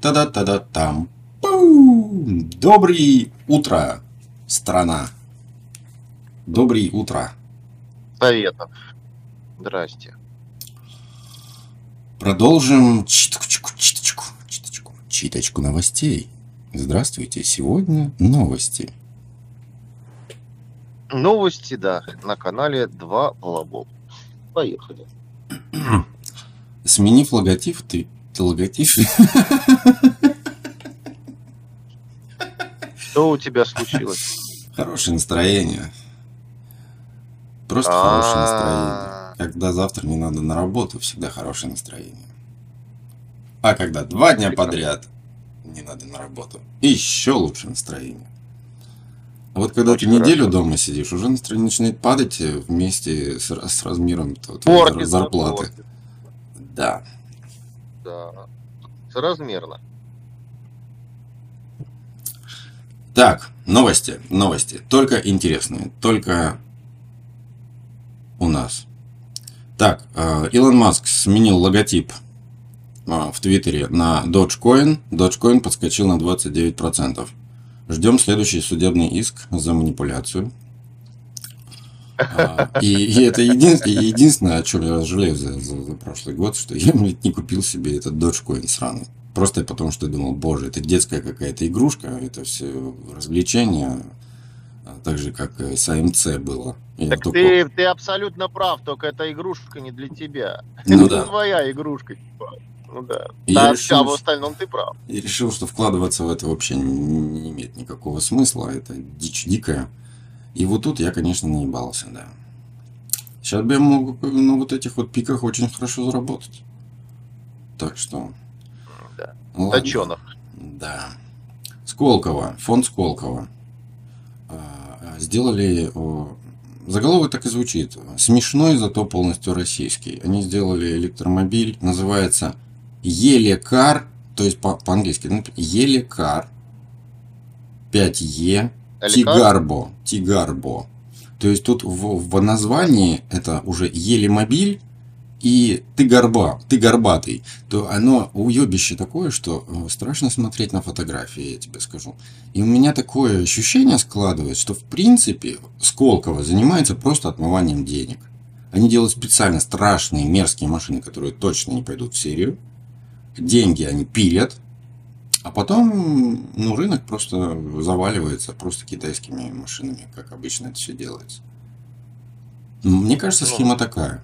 Та-да-та-да-там. Доброе утро, страна. Доброе утро. Советов. Здрасте. Продолжим читочку новостей. Здравствуйте, сегодня новости. Новости, да, на канале 2 Балабол. Поехали. Сменив логотип, ты логотип. Что у тебя случилось? Хорошее настроение. Просто хорошее настроение. Когда завтра не надо на работу, всегда хорошее настроение. А когда 2 дня подряд не надо на работу, еще лучше настроение. А вот когда ты неделю дома сидишь, уже настроение начинает падать вместе с размером твоей зарплаты. Да. Да. Соразмерно. Так, новости. Только интересные. Только у нас. Так, Илон Маск сменил логотип в Твиттере на Dogecoin. Dogecoin подскочил на 29%. Ждем следующий судебный иск за манипуляцию. И это единственное, о чем я жалею за прошлый год, что я не купил себе этот Dogecoin сраный. Просто потому, что я думал, боже, это детская какая-то игрушка, это все развлечение, так же, как с АМЦ было. Так ты абсолютно прав, только эта игрушка не для тебя. Ну, это да. Твоя игрушка. Ну да. А в остальном ты прав. Я решил, что вкладываться в это вообще не имеет никакого смысла, это дичь дикая. И вот тут я, конечно, наебался, да. Сейчас бы я мог на вот этих вот пиках очень хорошо заработать. Так что... Да. Ладно. Точёных. Да. Сколково, фонд Сколково. Сделали... Заголовок так и звучит. Смешной, зато полностью российский. Они сделали электромобиль, называется Елекар, то есть по-английски, Елекар 5Е Тигарбо. То есть тут в названии это уже Елемобиль и ты горбатый. То оно уебище такое, что страшно смотреть на фотографии, я тебе скажу. И у меня такое ощущение складывается, что в принципе Сколково занимается просто отмыванием денег. Они делают специально страшные, мерзкие машины, которые точно не пойдут в серию. Деньги они пилят. А потом, рынок просто заваливается просто китайскими машинами, как обычно это все делается. Мне кажется, схема такая.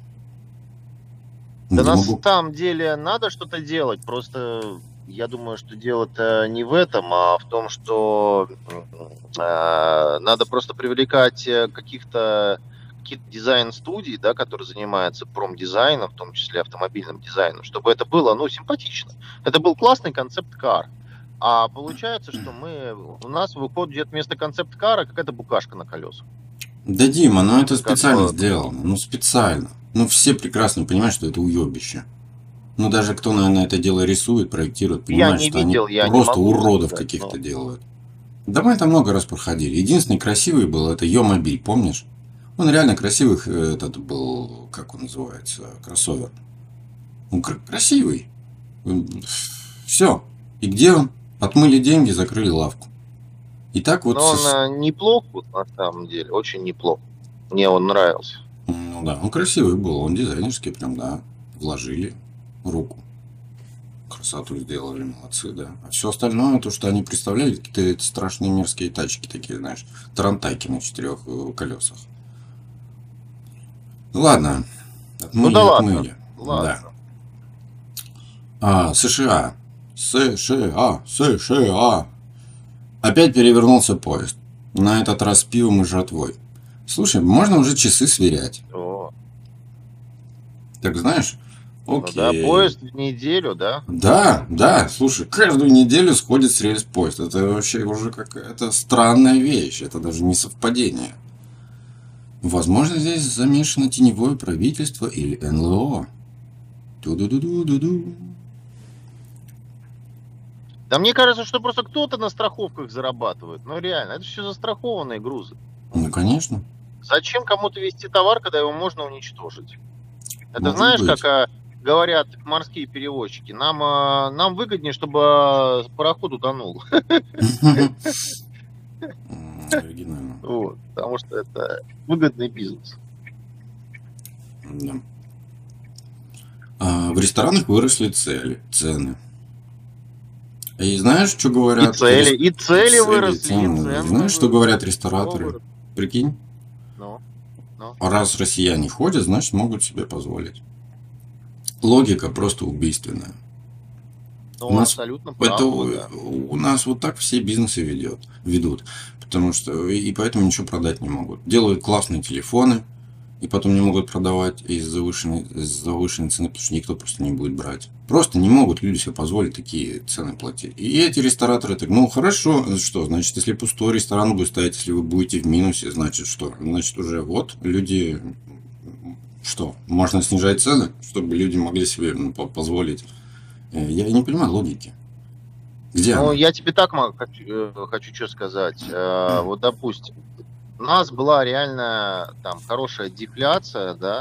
Да на самом деле надо что-то делать, просто я думаю, что дело-то не в этом, а в том, что надо просто привлекать каких-то дизайн-студий, да, которые занимаются промдизайном, в том числе автомобильным дизайном, чтобы это было, симпатично. Это был классный концепт-кар. А получается, что у нас выходит вместо концепт-кара какая-то букашка на колесах. Да, Дима, это специально сделано. Специально. Все прекрасно понимают, что это уебище. Даже кто, наверное, это дело рисует, проектирует, понимает, что они просто уродов каких-то делают. Да мы это много раз проходили. Единственный красивый был, это Йо-мобиль, помнишь? Он реально красивый, этот был, как он называется, кроссовер. Он красивый. Все. И где он? Отмыли деньги, закрыли лавку. И так вот... Но он неплох, на самом деле, очень неплох. Мне он нравился. Да, он красивый был, он дизайнерский прям, да. Вложили руку. Красоту сделали, молодцы, да. А все остальное, то, что они представляли, какие-то страшные мерзкие тачки такие, знаешь, тарантайки на 4 колесах. Ладно. Отмыли. Ладно. Да. США. Опять перевернулся поезд. На этот раз пивом и жратвой. Слушай, можно уже часы сверять. О. Так знаешь, окей. Да, поезд в неделю, да? Да, слушай, каждую неделю сходит с рельс поезд. Это вообще уже какая-то странная вещь. Это даже не совпадение. Возможно, здесь замешано теневое правительство или НЛО. Ту-ду-ду-ду-ду-ду. Да мне кажется, что просто кто-то на страховках зарабатывает. Реально, это все застрахованные грузы. Конечно. Зачем кому-то везти товар, когда его можно уничтожить? Это Может знаешь, быть. как говорят морские перевозчики, нам выгоднее, чтобы пароход утонул. Оригинально. Вот, потому что это выгодный бизнес. Да. В ресторанах выросли цены. И знаешь, что И говорят? цели, и цели Цели, выросли, и цены. цены Знаешь, что говорят выросли. рестораторы? Прикинь, Ну, ну. раз россияне ходят, значит, могут себе позволить. Логика просто убийственная. У Ну, нас абсолютно это правы, да. у нас вот так все бизнесы ведут, потому что и поэтому ничего продать не могут. Делают классные телефоны, и потом не могут продавать из-за завышенной цены, потому что никто просто не будет брать. Просто не могут люди себе позволить такие цены платить. И эти рестораторы так, ну хорошо, что, значит, если пустой ресторан будет стоять, если вы будете в минусе, значит что? Значит уже вот люди, что, можно снижать цены, чтобы люди могли себе позволить. Я не понимаю логики. Где Ну, она? я тебе так хочу что сказать. Вот, допустим, у нас была реально там хорошая дефляция, да,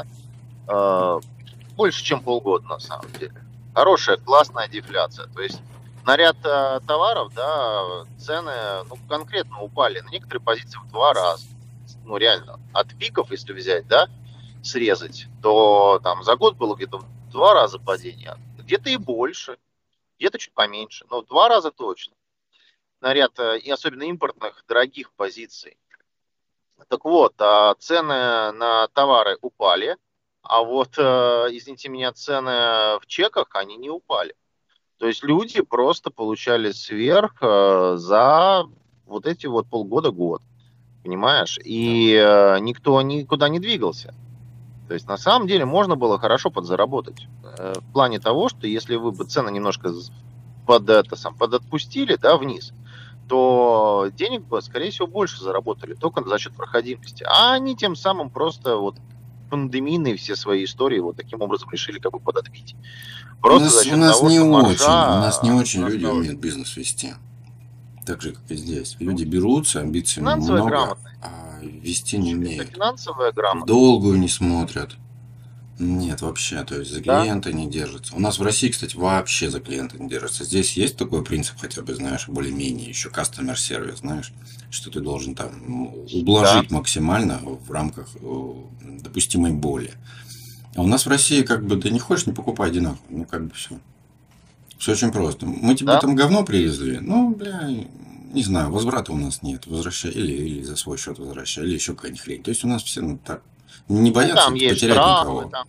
больше, чем полгода на самом деле. Хорошая, классная дефляция. То есть на ряд товаров, да, цены, ну, конкретно упали на некоторые позиции в 2 раза. Ну, реально, от пиков, если взять, да, срезать, то там за год было где-то в 2 раза падение, где-то и больше, где-то чуть поменьше, но в 2 раза точно. На ряд, и особенно импортных, дорогих позиций. Так вот, цены на товары упали, а вот, извините меня, цены в чеках, они не упали. То есть люди просто получали сверх за вот эти вот полгода-год, понимаешь? Да. И никто никуда не двигался. То есть на самом деле можно было хорошо подзаработать. В плане того, что если вы бы цены немножко подотпустили, да, вниз, то денег бы, скорее всего, больше заработали только за счет проходимости. А они тем самым просто вот пандемийные все свои истории вот таким образом решили как бы подотбить. У Просто за нас, у счет нас того, не что очень, у маржа нас не очень люди осталась. умеют бизнес вести. Так же, как и здесь. Ну, Люди берутся, амбиций финансовая много, грамотность. а вести не Это умеют. финансовая В грамотность. долгую не смотрят. Нет, вообще, то есть за Да? клиента не держится. У нас в России, кстати, вообще за клиента не держится. Здесь есть такой принцип, хотя бы, знаешь, более-менее, еще customer service, знаешь, что ты должен там Да. ублажить максимально в рамках допустимой боли. А у нас в России как бы, да не хочешь, не покупай, иди нахуй. Ну, как бы все. Все очень просто. Мы тебе Да? там говно привезли, ну, бля, не знаю, возврата у нас нет. Возвращай, или за свой счет возвращай, или еще какая-нибудь хрень. То есть у нас все ну, так не Ну, боятся там есть потерять штрафы, никого. там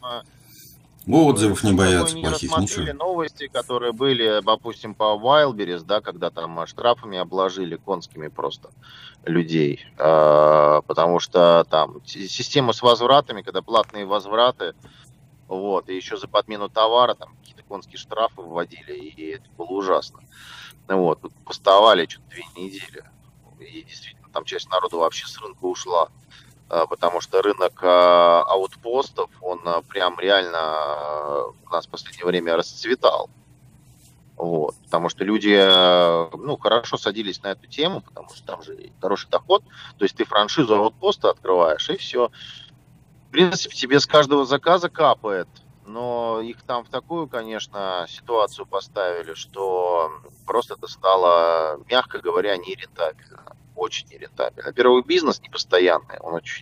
вы Отзывов не с тобой боятся не плохих, ничего. рассмотрели новости, которые были, допустим, по Wildberries, да, когда там штрафами обложили конскими просто людей, потому что там система с возвратами, когда платные возвраты, вот, и еще за подмену товара там какие-то конские штрафы вводили, и это было ужасно. Вот, тут бастовали что-то 2 недели, и действительно там часть народа вообще с рынка ушла, потому что рынок аутпостов, он прям реально у нас в последнее время расцветал. Вот, потому что люди, ну, хорошо садились на эту тему, потому что там же хороший доход. То есть ты франшизу аутпоста открываешь, и все. В принципе, тебе с каждого заказа капает. Но их там в такую, конечно, ситуацию поставили, что просто это стало, мягко говоря, нерентабельно. Очень нерентабельно. Во-первых, бизнес непостоянный, он очень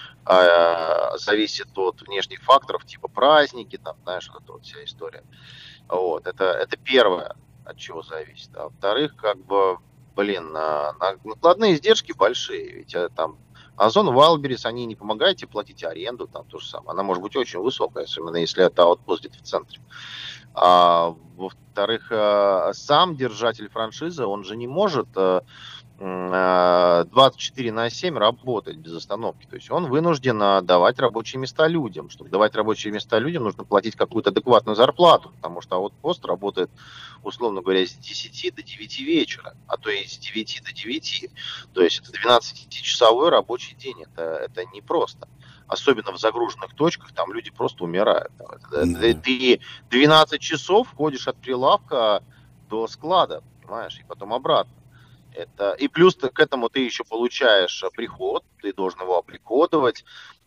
зависит от внешних факторов, типа праздники, там, знаешь, вот эта вот вся история. Вот, это первое, от чего зависит. А во-вторых, как бы, блин, накладные издержки большие. Ведь там Озон, Wildberries, они не помогают тебе платить аренду, там то же самое. Она может быть очень высокая, особенно если это аутпост где-то в центре. А во-вторых, сам держатель франшизы, он же не может 24/7 работать без остановки. То есть он вынужден давать рабочие места людям. Чтобы давать рабочие места людям, нужно платить какую-то адекватную зарплату, потому что аутпост работает, условно говоря, с 10 до 9 вечера, а то и с 9 до 9. То есть это 12-часовой рабочий день. Это непросто. Особенно в загруженных точках, там люди просто умирают. Да. Ты 12 часов ходишь от прилавка до склада, понимаешь, и потом обратно. И плюс к этому ты еще получаешь приход, ты должен его оприходовать,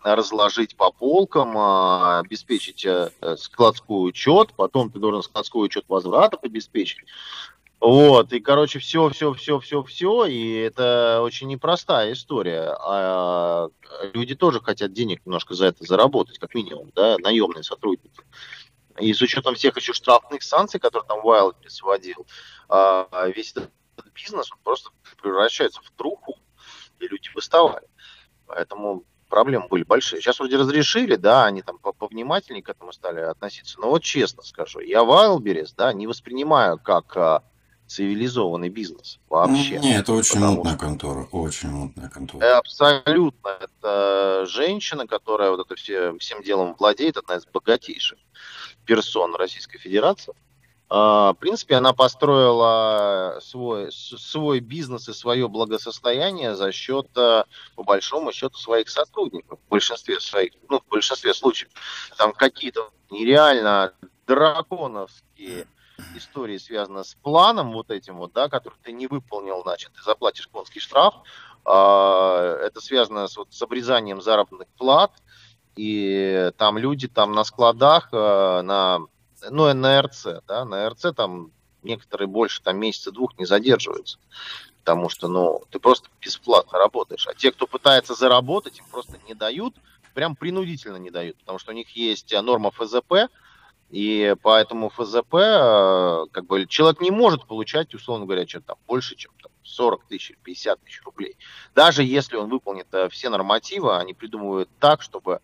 разложить по полкам, обеспечить складской учет, потом ты должен складской учет возвратов обеспечить. Вот, и, короче, все, и это очень непростая история. А люди тоже хотят денег немножко за это заработать, как минимум, да, наемные сотрудники. И с учетом всех еще штрафных санкций, которые там Wildberries вводил, весь этот бизнес он просто превращается в труху, и люди выставали. Поэтому проблемы были большие. Сейчас вроде разрешили, да, они там повнимательнее к этому стали относиться. Но вот честно скажу, я Wildberries, да, не воспринимаю как цивилизованный бизнес вообще. Не, это очень мутная контора, очень мутная контора. Абсолютно. Это женщина, которая вот это всем делом владеет, одна из богатейших персон Российской Федерации. В принципе, она построила свой бизнес и свое благосостояние за счет, по большому счету, своих сотрудников. В большинстве случаев. Там какие-то нереально драконовские истории связаны с планом вот этим вот, да, который ты не выполнил, значит, ты заплатишь конский штраф. Это связано с обрезанием заработных плат. И там люди там на складах, на РЦ, да, на РЦ там некоторые больше там месяца-двух не задерживаются, потому что, ты просто бесплатно работаешь. А те, кто пытается заработать, им просто не дают, прям принудительно не дают, потому что у них есть норма ФЗП, и поэтому ФЗП, как бы, человек не может получать, условно говоря, что-то там больше, чем там 40 тысяч, 50 тысяч рублей. Даже если он выполнит все нормативы, они придумывают так, чтобы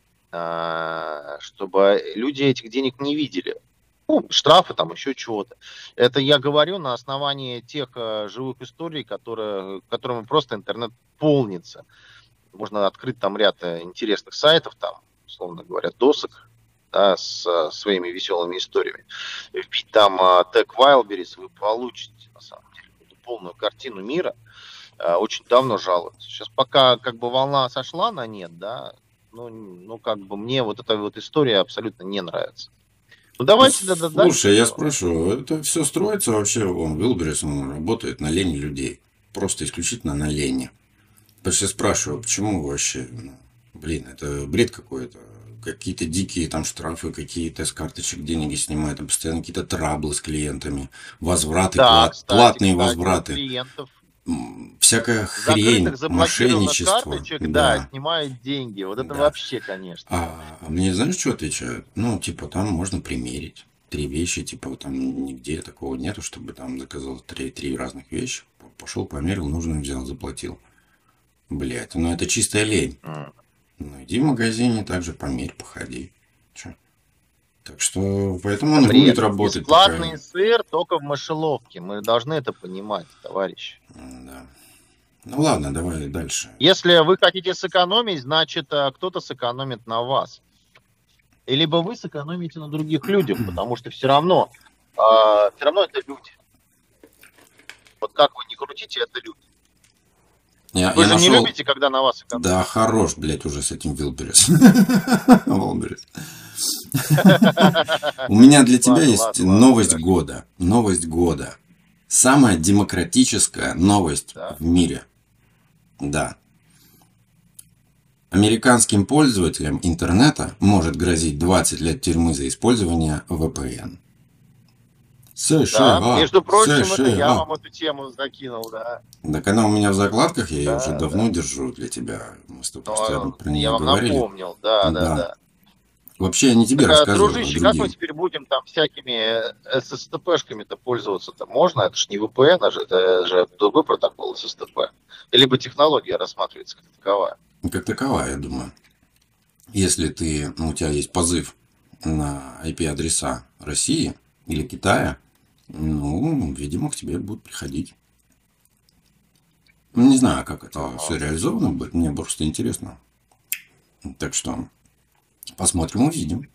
люди этих денег не видели. Штрафы, там еще чего-то. Это я говорю на основании тех живых историй, которыми просто интернет полнится. Можно открыть там ряд интересных сайтов, там, условно говоря, досок, да, с своими веселыми историями. Вбить там тег Wildberries, вы получите, на самом деле, полную картину мира. Очень давно жалуются. Сейчас пока как бы волна сошла на нет, да, как бы мне вот эта вот история абсолютно не нравится. Давайте дальше. Слушай, я спрашиваю, это все строится вообще, Wildberries, он работает на лени людей. Просто исключительно на лени. Почти спрашиваю, почему вообще, это бред какой-то. Какие-то дикие там штрафы, какие-то с карточек деньги снимают, там постоянно какие-то траблы с клиентами, возвраты, платные возвраты. Клиентов. Всякая хрень, мошенничество. Карточек, да, снимают деньги. Вот это вообще, конечно. А мне знаешь, что отвечают? Там можно примерить 3 вещи, там нигде такого нету, чтобы там заказал 3 разных вещи. Пошел, померил, нужно взял, заплатил. Блять, это чистая лень. Иди в магазине, также померь, походи. Че? Так что, поэтому он будет работать. Бесплатный сыр только в мышеловке. Мы должны это понимать, товарищи. Да. Ладно, давай дальше. Если вы хотите сэкономить, значит, кто-то сэкономит на вас. Либо вы сэкономите на других людях, потому что все равно это люди. Вот как вы не крутите, это люди. Вы же не любите, когда на вас сэкономят? Да, хорош, блядь, уже с этим Wildberries. У меня для тебя есть новость года. Новость года. Самая демократическая новость в мире. Да. Американским пользователям интернета может грозить 20 лет тюрьмы за использование VPN. США. Да, между прочим, США. Это я вам эту тему закинул, да. Так она у меня в закладках, я ее уже давно держу для тебя. Мы с тобой постоянно про нее говорили. Я вам напомнил, да. Вообще, я не тебе рассказывал, дружище, как мы теперь будем там всякими SSTP-шками-то пользоваться-то? Можно? Это же не VPN, это же другой протокол SSTP. Либо технология рассматривается как таковая. Как таковая, я думаю. Если у тебя есть позыв на IP-адреса России или Китая, видимо, к тебе будут приходить. Не знаю, как это все реализовано будет, мне просто интересно. Так что посмотрим, увидим.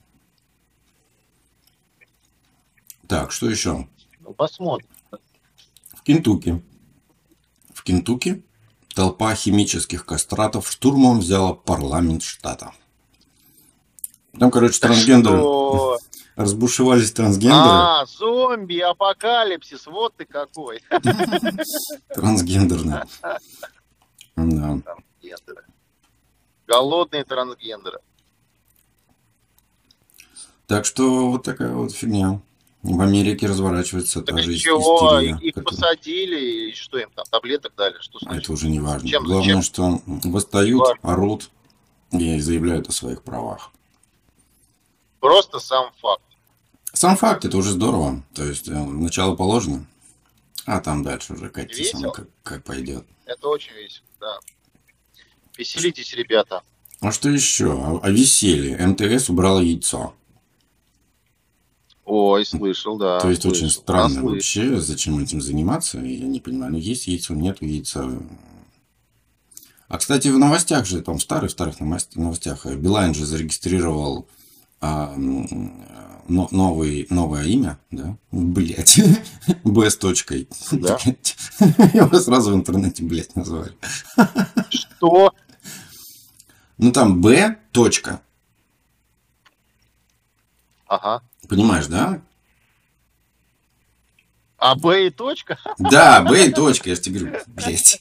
Так, что еще? Посмотрим. В Кентукки толпа химических кастратов штурмом взяла парламент штата. Там, трансгендеры. Разбушевались трансгендеры. Зомби, апокалипсис, вот ты какой. Трансгендерные. Да. Голодные трансгендеры. Так что вот такая вот фигня. В Америке разворачивается Так та же чего, истерия. их посадили, и что им там, таблеток дали, что Это случилось? уже не важно. Чем, Главное, зачем? что восстают, орут и заявляют о своих правах. Просто сам факт. Сам факт, это уже здорово. То есть начало положено, а там дальше уже катись оно как пойдет. Это очень весело, да. Веселитесь, ребята. А что еще? О веселье. МТС убрала яйцо. Ой, слышал, да. То есть слышал. очень странно вообще, зачем этим заниматься, я не понимаю. Ну, есть яйцо, нету яйца. А, кстати, в новостях же, там, в старых новостях, Билайн же зарегистрировал новое имя, да? Блять. Б с точкой. Да. Его сразу в интернете, блять, назвали. Что? Ну, там Б точка. Ага. Понимаешь, да? А Б и точка? Да, Б и точка, я же тебе говорю, блять.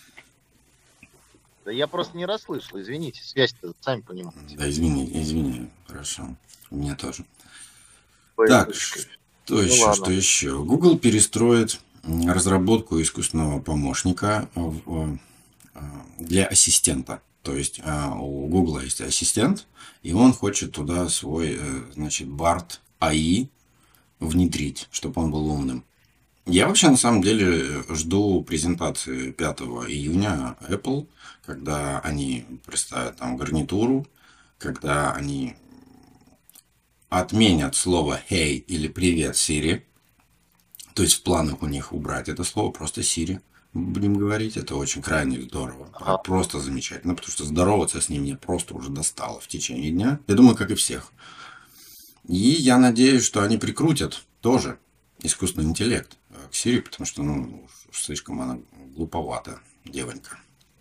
Да я просто не расслышал, извините, связь-то, сами понимаете. Да, извини, хорошо. У меня тоже. Б и Так, точка. что еще? Google перестроит разработку искусственного помощника для ассистента. То есть у Google есть ассистент, и он хочет туда свой, значит, Bard AI внедрить, чтобы он был умным. Я вообще на самом деле жду презентации 5 июня Apple, когда они представят там гарнитуру, когда они отменят слово «Hey» или «Привет, Siri». То есть в планах у них убрать это слово, просто Siri будем говорить. Это очень крайне здорово. Ага. Просто замечательно, потому что здороваться с ним мне просто уже достало в течение дня. Я думаю, как и всех. И я надеюсь, что они прикрутят тоже искусственный интеллект к Siri, потому что, ну, слишком она глуповата, девонька.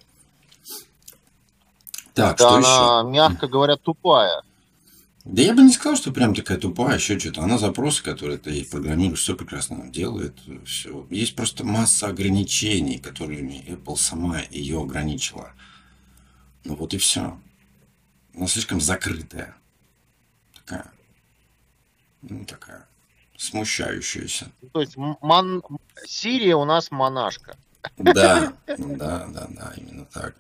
Так, да, что она, еще? мягко говоря, тупая. Да я бы не сказал, что прям такая тупая, еще что-то. Она запросы, которые ты ей программируешь, все прекрасно делает. Все. Есть просто масса ограничений, которыми Apple сама ее ограничила. Ну вот и все. Она слишком закрытая. Такая. Ну, такая. Смущающаяся. То есть Сирия у нас монашка. Да, именно так.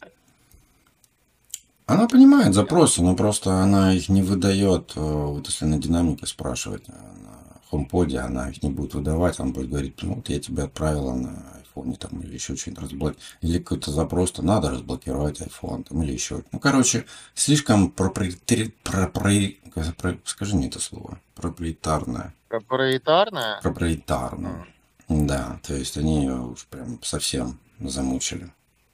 Она понимает запросы, но просто она их не выдает. Вот если на динамике спрашивать, на HomePod она их не будет выдавать, он будет говорить, ну вот я тебе отправила на iPhone там, или еще что-нибудь разблокировать. Или какой-то запрос, то надо разблокировать iPhone там, или еще. Ну, короче, слишком скажи мне это слово. Проприетарное. Проприетарная? Проприетарное. Да, то есть они ее уж прям совсем замучили.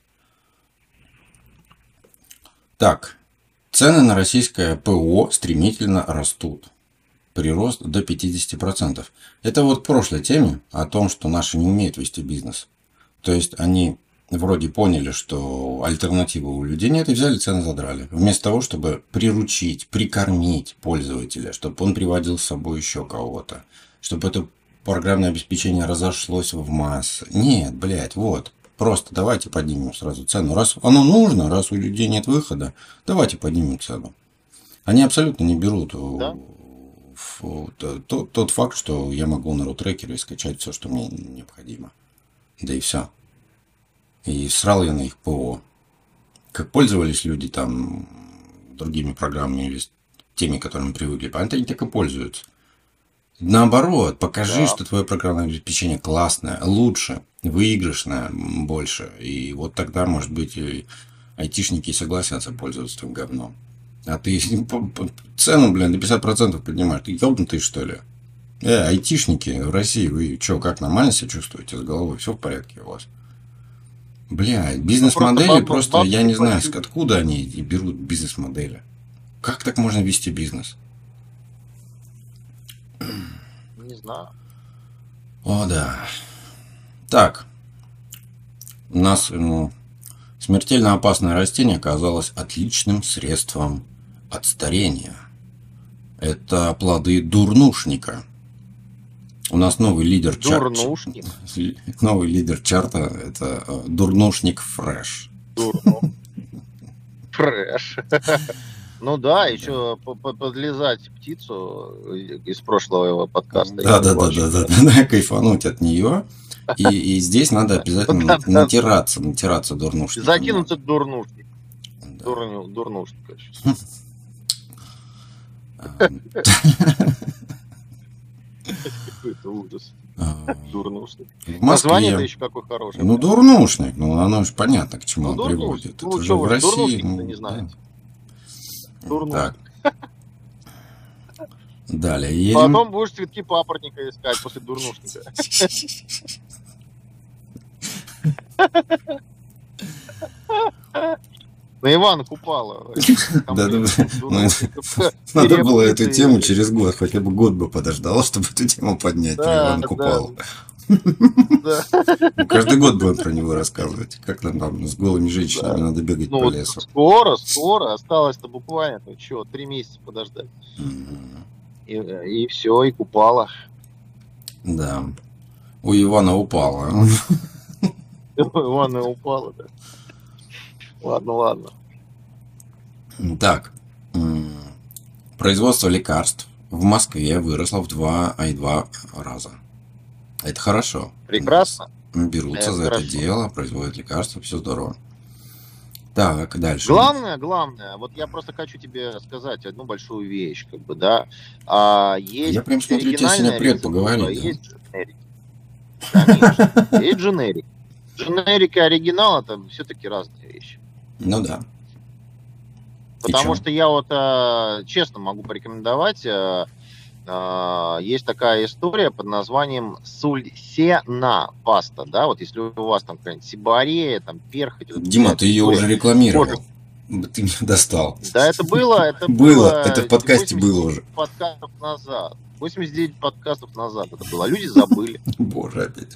Так, цены на российское ПО стремительно растут. Прирост до 50%. Это вот к прошлой теме о том, что наши не умеют вести бизнес. То есть они вроде поняли, что альтернативы у людей нет, и взяли цены задрали. Вместо того, чтобы приручить, прикормить пользователя, чтобы он приводил с собой еще кого-то, чтобы это программное обеспечение разошлось в массы. Нет, блядь, вот. Просто давайте поднимем сразу цену. Раз оно нужно, раз у людей нет выхода, давайте поднимем цену. Они абсолютно не берут тот факт, что я могу на рутрекере скачать все, что мне необходимо. Да и все. И срал я на их ПО. Как пользовались люди там другими программами или теми, которыми привыкли, они так и пользуются. Наоборот, покажи, что твое программное обеспечение классное, лучше, выигрышное больше. И вот тогда, может быть, и айтишники согласятся пользоваться твоим говном. А ты цену, блин, до 50% поднимаешь. Ты ёбнутый, что ли? Айтишники в России, вы что, как нормально себя чувствуете с головой? Все в порядке у вас? Блядь, бизнес-модели просто я не знаю, откуда они берут бизнес-модели. Как так можно вести бизнес? Не знаю. О, да. Так. У нас смертельно опасное растение оказалось отличным средством от старения. Это плоды дурнушника. У нас новый лидер чарта. Новый лидер чарта – это дурнушник фреш. Трэш. Ну да, еще подлезать птицу из прошлого его подкаста. Да, кайфануть от нее. И здесь надо обязательно натираться дурнушником. Закинуться дурнушник. Дурнушник, конечно. Какой-то ужас. Дурнушник. Название-то еще какой хороший. Ну, дурнушник. Ну, оно же понятно, к чему он приводит. Ну, что вы, дурнушник-то не знаете. Так. Далее. Потом будешь цветки папоротника искать после дурнушника. На Ивана Купала. Надо было эту тему через год, хотя бы год бы подождал, чтобы эту тему поднять про Ивана Купалу. Каждый год будем про него рассказывать, как нам там с голыми женщинами надо бегать по лесу. Скоро, осталось-то буквально, 3 месяца подождать. И все, и Купала. Да. У Ивана упала. У Ивана упала, да. Ладно. Так. Производство лекарств в Москве выросло в 2,2 раза. Это хорошо. Прекрасно. Берутся за это дело, производят лекарства, все здорово. Так, дальше. Главное, вот я просто хочу тебе сказать одну большую вещь, как бы, да. Есть я прям смотрю, тебе сегодня пред поговорить. Есть дженерик. Конечно. Есть дженерик. Дженерик и оригинал — это все-таки разные вещи. Ну да. Потому что я вот честно могу порекомендовать. Есть такая история под названием сульсена паста, да, вот если у вас там какая-нибудь сибарея, там перхоть. Дима, ты ее уже рекламировал. Ты меня достал. Да, это было. Это в подкасте было уже. Подкастов назад. 89 подкастов назад это было. А люди забыли. Боже, опять.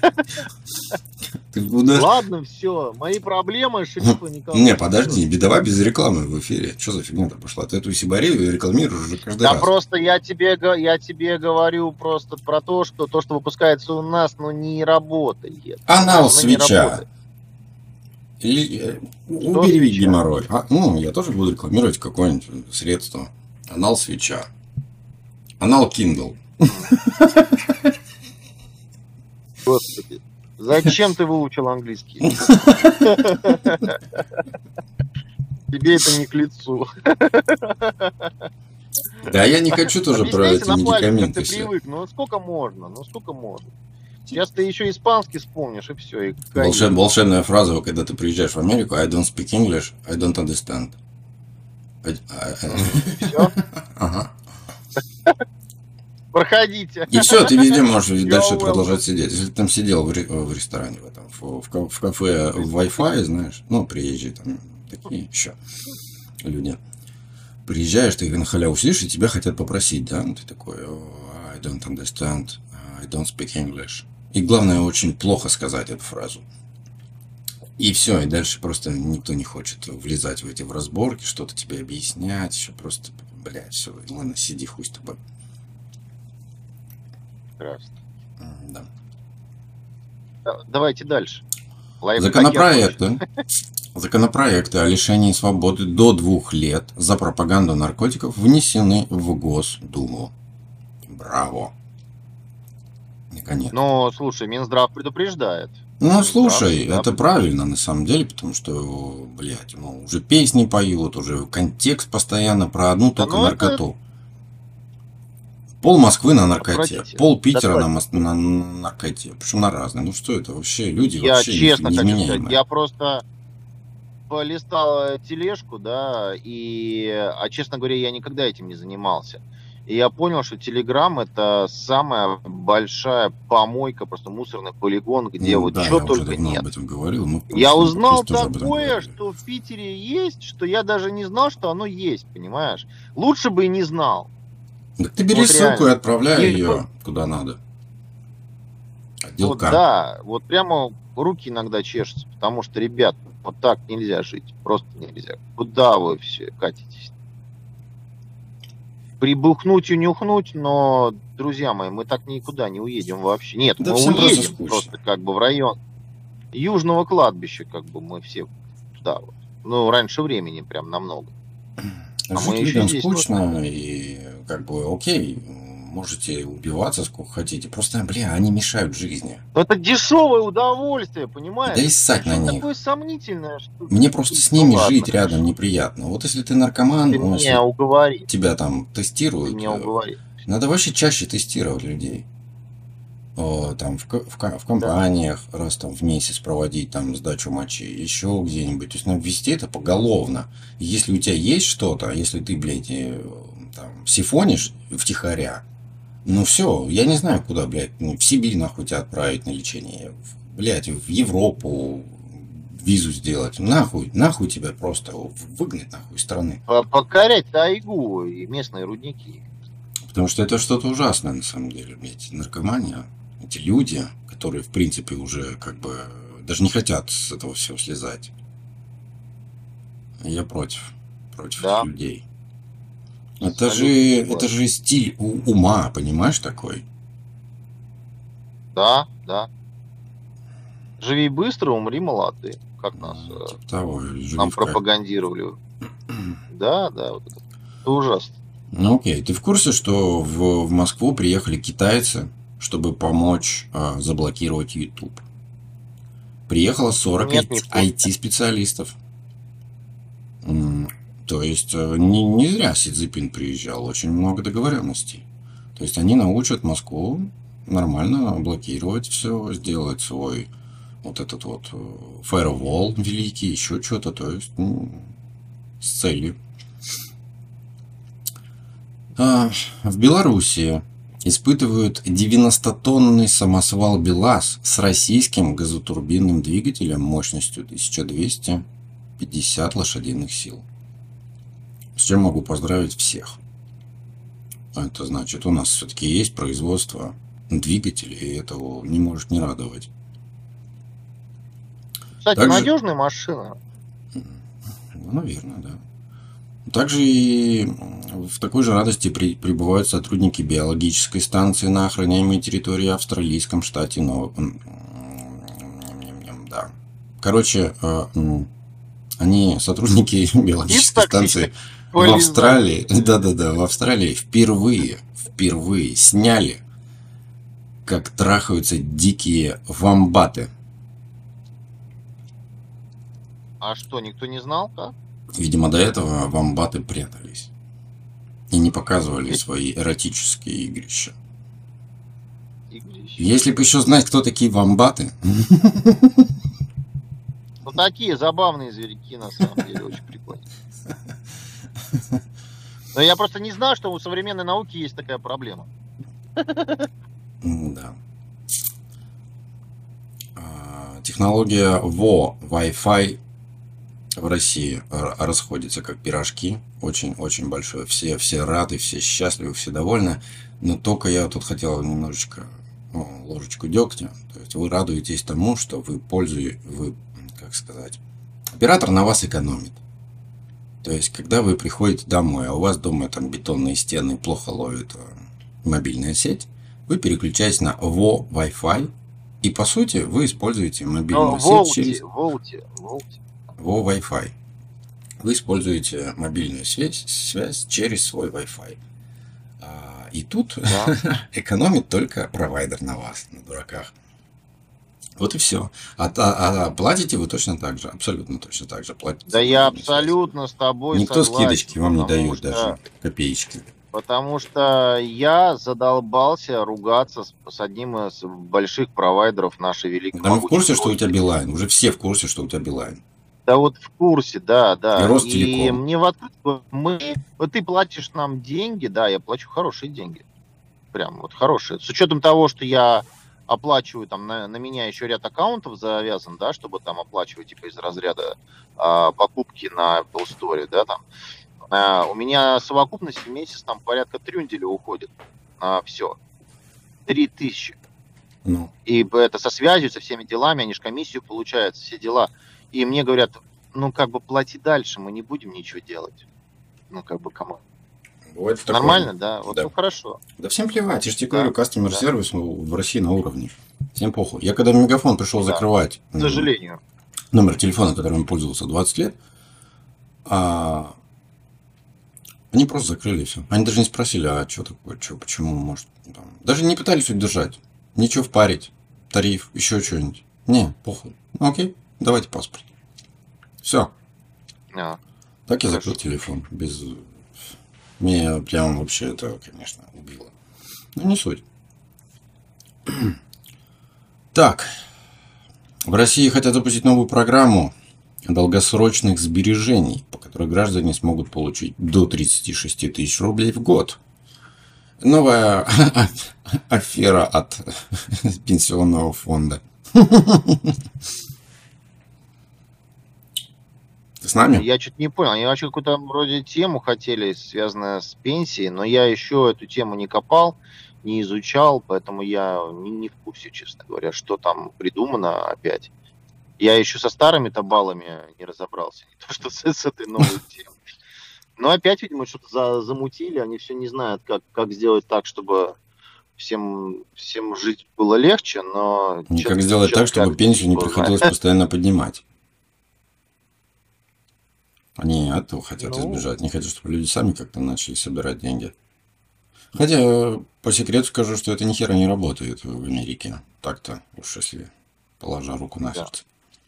Ладно, все. Мои проблемы, Шерифа никого. Не, подожди, бедова без рекламы в эфире. Что за фигня-то пошла? Ты эту сибарею рекламируешь уже каждый раз. Да просто я тебе говорю просто про то, что выпускается у нас, не работает. Анал свеча. Убери геморрой. Я тоже буду рекламировать какое-нибудь средство. Анал свеча. Анал Kindle. Господи. Зачем ты выучил английский? Тебе это не к лицу. Да, я не хочу тоже про эти медикаменты. Ты привык, сколько можно? Сейчас ты еще испанский вспомнишь, и все. Волшебная фраза, когда ты приезжаешь в Америку: I don't speak English, I don't understand. Все? Ага. Проходите. И все, ты везде можешь дальше продолжать сидеть. Если ты там сидел в ресторане, в кафе в Wi-Fi, знаешь, приезжие там такие еще люди. Приезжаешь, ты на халяву сидишь, и тебя хотят попросить, да? Ты такой: I don't understand, I don't speak English. И главное, очень плохо сказать эту фразу. И все, и дальше просто никто не хочет влезать в эти разборки, что-то тебе объяснять, еще просто, все, ладно, сиди, хуй с тобой. Прекрасно. Да. Давайте дальше. Законопроекты о лишении свободы до 2 лет за пропаганду наркотиков внесены в Госдуму. Браво. Наконец. Слушай, Минздрав предупреждает. Слушай, это правильно на самом деле, потому что, уже песни поют, уже контекст постоянно про одну только наркоту. Пол Москвы на наркоте, пол Питера на наркоте, причем на разные. Что это вообще? Люди вообще невменяемые. Я просто полистал тележку, да, честно говоря, я никогда этим не занимался. И я понял, что Телеграм — это самая большая помойка, просто мусорный полигон, где что только нет. Об этом говорил, я узнал такое, что в Питере есть, что я даже не знал, что оно есть, понимаешь? Лучше бы и не знал. Так ты бери ссылку и отправляй ее куда надо. Да, прямо руки иногда чешутся, потому что, ребят, вот так нельзя жить, просто нельзя. Куда вы все катитесь? Прибухнуть и нюхнуть, но, друзья мои, мы так никуда не уедем вообще. Нет, мы уедем просто в район Южного кладбища, мы все туда Ну, раньше времени прям намного. А мы Жить еще людям здесь вот. скучно, и как бы окей, можете убиваться сколько хотите. Просто, бля, они мешают жизни. Это дешевое удовольствие, Да понимаешь? и ссать на Причем них. такое сомнительное, что... Мне просто с Ну ними ладно, жить рядом хорошо. неприятно. Вот если ты наркоман, Ты ну, меня если уговори. тебя там Ты тестируют, меня уговори. надо вообще чаще тестировать людей. Там в Да. компаниях, раз там в месяц проводить там сдачу мочи, еще где-нибудь. То есть надо вести это поголовно. Если у тебя есть что-то, если ты, блядь, там, сифонишь втихаря, ну все, я не знаю, куда, блядь, ну, в Сибирь нахуй тебя отправить на лечение, блядь, в Европу визу сделать, нахуй тебя просто выгнать нахуй из страны. Покорять тайгу и местные рудники. Потому что это что-то ужасное на самом деле, блядь, наркомания, эти люди, которые в принципе уже как бы даже не хотят с этого всего слезать. Я против этих Да, людей. абсолютно Это согласен. же стиль ума, понимаешь, такой? Да, да. Живи быстро, умри молодым. Как нас Типа того, живи нам в кайф. пропагандировали. Да, да, вот это ужасно. Ну окей, ты в курсе, что в Москву приехали китайцы, чтобы помочь заблокировать YouTube? Приехало 40 Нет, не в курсе. IT-специалистов. То есть не зря Си Цзиньпин приезжал, очень много договоренностей. То есть они научат Москву нормально блокировать все, сделать свой вот этот вот firewall великий, еще что-то, то есть с целью. В Белоруссии испытывают 90-тонный самосвал БелАЗ с российским газотурбинным двигателем мощностью 1250 лошадиных сил. С чем могу поздравить всех. Это значит, у нас все-таки есть производство двигателей, и этого не может не радовать. Кстати, Также, надежная машина. ну, наверное, да. Также и в такой же радости прибывают сотрудники биологической станции на охраняемой территории австралийском штате Да. Короче, они сотрудники биологической станции в Австралии, да-да-да, в Австралии впервые сняли, как трахаются дикие вомбаты. А что, никто не знал, как? Видимо, до этого вомбаты прятались и не показывали свои эротические игрища. Если бы еще знать, кто такие вомбаты. Ну, такие забавные зверьки, на самом деле, очень прикольные. Но я просто не знал, что у современной науки есть такая проблема. Да. Технология Wi-Fi в России расходится как пирожки. Очень-очень большое. Все рады, все счастливы, все довольны. Но только я тут хотел немножечко ложечку дегтя. То есть вы радуетесь тому, что вы как сказать, оператор на вас экономит. То есть, когда вы приходите домой, а у вас дома там бетонные стены плохо ловит мобильная сеть, вы переключаетесь на Wi-Fi, и по сути вы используете мобильную сеть через Wi-Fi. Вы используете мобильную связь через свой Wi-Fi. И тут экономит только провайдер на вас, на дураках. Вот и все. А платите вы точно так же, абсолютно точно так же платите. Да я абсолютно с тобой Никто согласен. Скидочки вам не дает даже копеечки. Потому что я задолбался ругаться с одним из больших провайдеров нашей великой. Да мы в курсе, что у тебя Билайн. Уже все в курсе, что у тебя Билайн. Да вот в курсе, да. И Ростелеком. И мне в открытую вот ты платишь нам деньги, да, я плачу хорошие деньги. Прям вот хорошие. С учетом того, что я оплачиваю там на меня еще ряд аккаунтов завязан, да, чтобы там оплачивать типа из разряда покупки на Apple Store, да, там. У меня совокупность в месяц там порядка трюнделя уходит на все. 3000. Ну. И это со связью, со всеми делами, они же комиссию получают, все дела. И мне говорят, ну как бы плати дальше, мы не будем ничего делать. Ну как бы кому? Нормально, да? Вот да. Ну хорошо. Да всем плевать, я же тебе говорю, customer сервис в России на уровне. Всем похуй. Я когда в Мегафон пришел закрывать, к сожалению, номер телефона, которым я пользовался 20 лет, А они просто закрыли все. Они даже не спросили, а что такое, что, почему, может. Там. Даже не пытались удержать. Ничего впарить. Тариф, еще что-нибудь. Не, похуй. Ну окей, давайте паспорт. Все. А, Так я закрыл хорошо. телефон. Без... Меня прям вообще это, конечно, убило. Ну, не суть. Так, в России хотят запустить новую программу долгосрочных сбережений, по которой граждане смогут получить до 36 тысяч рублей в год. Новая афера от пенсионного фонда. Ты с нами? Я что-то не понял. Они вообще какую-то вроде тему хотели, связанную с пенсией, но я еще эту тему не копал, не изучал, поэтому я не в курсе, честно говоря, что там придумано опять. Я еще со старыми-то баллами не разобрался, не то что с этой новой темой. Но опять, видимо, что-то замутили, они все не знают, как сделать так, чтобы всем жить было легче, но Как сделать так, чтобы как-то пенсию не его знает. приходилось постоянно поднимать? Они от этого хотят Ну, избежать. Не хотят, чтобы люди сами как-то начали собирать деньги. Хотя, по секрету скажу, что это ни хера не работает в Америке. Так-то, уж если положа руку на да. сердце.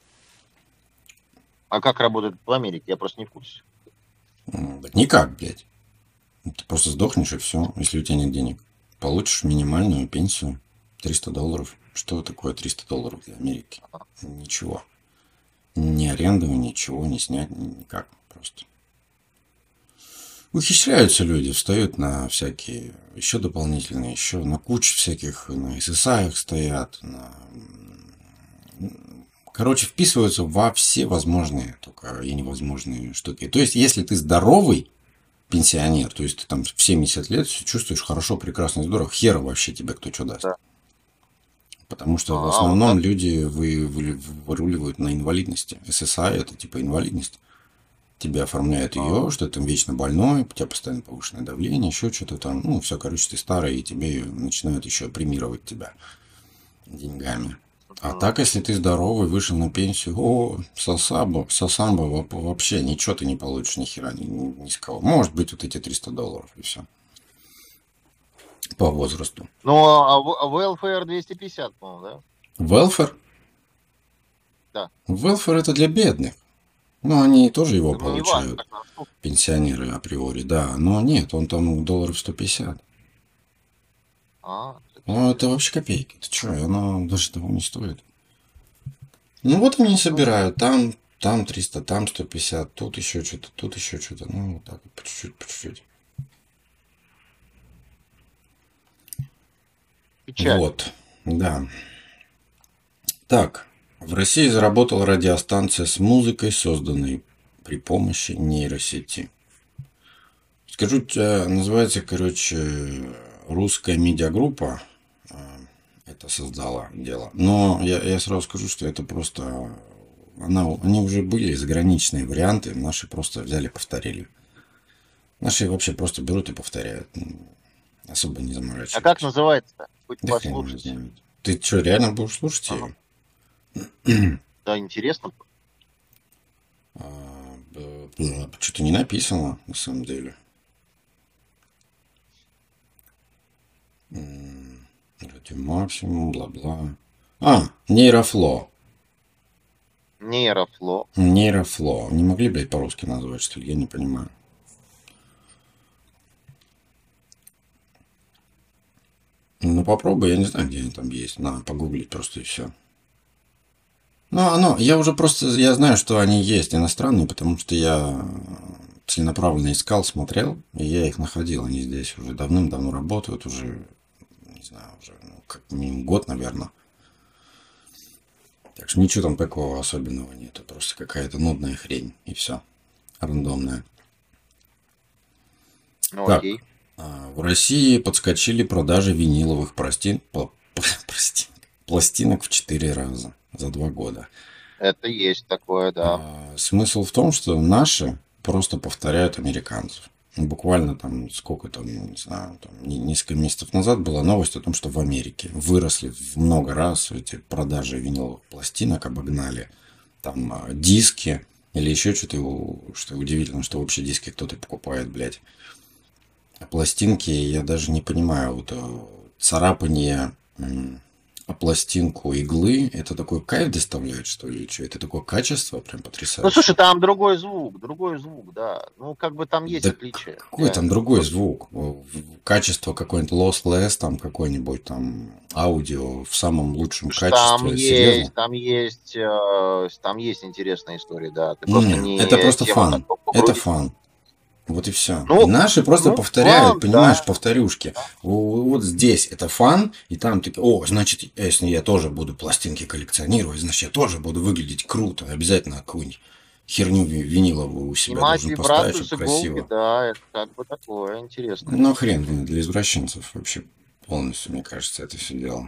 А как работает в Америке, я просто не в курсе. Так никак, блядь. Ты просто сдохнешь и все, если у тебя нет денег. Получишь минимальную пенсию. $300. Что такое $300 для Америки? Ничего. Ни аренду, ничего, не снять, никак. Просто. Ухищряются люди, встают на всякие еще дополнительные, еще на кучу всяких, на SSI стоят, короче, вписываются во все возможные, только и невозможные штуки. То есть, если ты здоровый пенсионер, то есть ты там в 70 лет чувствуешь хорошо, прекрасно, здорово, хера вообще тебе кто что даст. Да. Потому что в Вот основном так. люди выруливают на инвалидности. SSI это типа инвалидность. Тебе оформляют ее, что ты там вечно больной, у тебя постоянно повышенное давление, еще что-то там. Ну, все, короче, ты старый, и тебе начинают еще премировать тебя деньгами. А Мгм. так, если ты здоровый, вышел на пенсию, сосамба, вообще ничего ты не получишь, ни хера, ни с кого. Может быть, вот эти $300, и все. По возрасту. Ну, а ВЛФР 250, по-моему, Welfare? да? Welfare это для бедных. Ну, они тоже его Да. Ну, не важно, получают, так насколько. пенсионеры априори, да. Но нет, он там долларов 150. А, Ну, 150. это вообще копейки. Ты что, оно даже того не стоит. Ну, вот они и Ну, собирают. Там 300, там 150, тут еще что-то, тут еще что-то. Ну, вот так вот, по чуть-чуть, по чуть-чуть. печально. Вот, да. Так, в России заработала радиостанция с музыкой, созданной при помощи нейросети. Скажу тебе, называется, короче, русская медиагруппа это создала дело. Но я сразу скажу, что это просто... они уже были заграничные варианты, наши просто взяли, повторили. Наши вообще просто берут и повторяют. Особо не А как заморачиваются. называется-то? Хоть Да хрен его послушать. знает. Ты что, реально будешь слушать Ага. ее? Да, интересно. Что-то не написано, на самом деле. Радио максимум, бла-бла. Нейрофло. Нейрофло. Нейрофло. Не могли, блядь, по-русски назвать, что ли? Я не понимаю. Ну, попробуй, я не знаю, где они там есть. Надо погуглить просто и все. Ну, я уже просто, я знаю, что они есть иностранные, потому что я целенаправленно искал, смотрел, и я их находил. Они здесь уже давным-давно работают, уже, не знаю, уже как минимум год, наверное. Так что ничего там такого особенного нет. Это просто какая-то нудная хрень, и все. Рандомная. Ну, Так, окей. в России подскочили продажи виниловых пластинок в 4 раза за 2 года. Это есть такое, да. Смысл в том, что наши просто повторяют американцев. Буквально там сколько там, не знаю, там, несколько месяцев назад была новость о том, что в Америке выросли в много раз эти продажи виниловых пластинок, обогнали там диски, Или еще что-то, что удивительно, что вообще диски кто-то покупает, блядь. А пластинки, я даже не понимаю, вот царапание о пластинку иглы, это такой кайф доставляет, что ли, или что? Это такое качество прям Ну, слушай, потрясающее. там другой звук, да. Ну, как бы там есть Да отличия, какой там реально. другой звук? Качество какое-нибудь lossless, там какой-нибудь там аудио в самом лучшем Слушай, там качестве, серьезно? есть, там есть интересная история, да. Ты просто Это не просто тему так фан. Это погрузишь. фан. Вот и все. И Ну, наши просто ну, повторяют, фан, понимаешь, да. повторюшки. Вот здесь это фан, и там такие, о, значит, если я тоже буду пластинки коллекционировать, значит, я тоже буду выглядеть круто. Обязательно какую-нибудь херню виниловую у себя Снимать должен поставить, вибрацию чтобы с иголки, красиво. да, это как бы такое интересное. Но хрен для извращенцев вообще полностью, мне кажется, это все дело.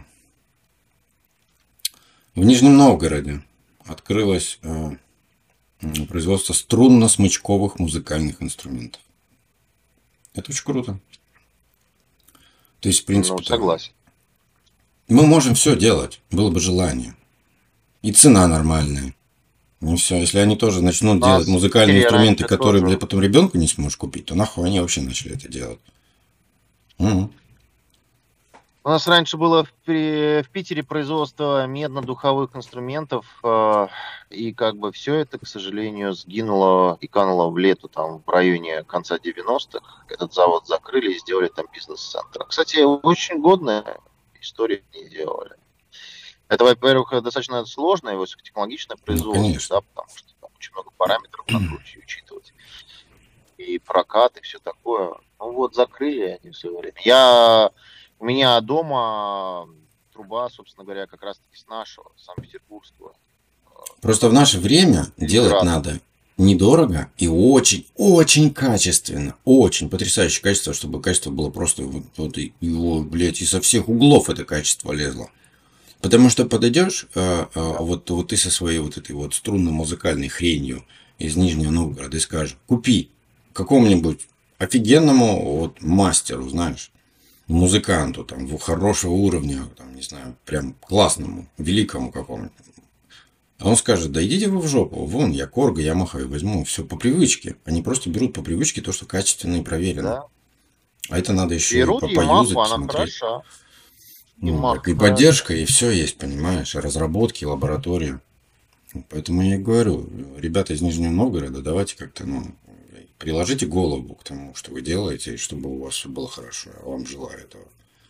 В Нижнем Новгороде открылось производство струнно-смычковых музыкальных инструментов. Это очень круто. То есть, в Ну, принципе-то, согласен. мы можем все делать, было бы желание. И цена нормальная. И все. Если они тоже начнут У делать нас в музыкальные Питере инструменты, раньше которые, тоже. блядь, потом ребенку не сможешь купить, то нахуй они вообще начали это делать. Мгм. У нас раньше было в Питере производство медно-духовых инструментов, и как бы все это, к сожалению, сгинуло и кануло в лету там в районе конца 90-х. Этот завод закрыли и сделали там бизнес-центр. Кстати, очень годная история не делали. Это, во-первых, достаточно сложное и высокотехнологичное Ну, производство, конечно. да, потому что там очень много параметров надо учитывать. И прокат, и все такое. Ну вот, закрыли они в свое время. У меня дома труба, собственно говоря, как раз-таки с нашего, Санкт-Петербургского, Просто в наше время делать Ленинграда. надо недорого и очень качественно. Очень потрясающее качество, чтобы качество было просто вот его, блядь, и со всех углов это качество лезло. Потому что подойдешь, Да. вот ты со своей вот этой вот струнно-музыкальной хренью из Нижнего Новгорода и скажешь, купи какому-нибудь офигенному вот мастеру, знаешь, музыканту там хорошего уровня, там, не знаю, прям классному, великому какому-нибудь. А он скажет, да идите вы в жопу, вон, я Корга, Ямаха и возьму, все по привычке. Они просто берут по привычке то, что качественно и проверено. Да. А это надо еще и Берут Ямаху, поюзать, она посмотреть. хороша. Ну, так Ямаха и хороша. поддержка, и все есть, понимаешь, и разработки, лаборатории. Поэтому я и говорю, ребята из Нижнего Новгорода, давайте как-то, ну, приложите голову к тому, что вы делаете, и чтобы у вас все было хорошо. Я вам желаю этого.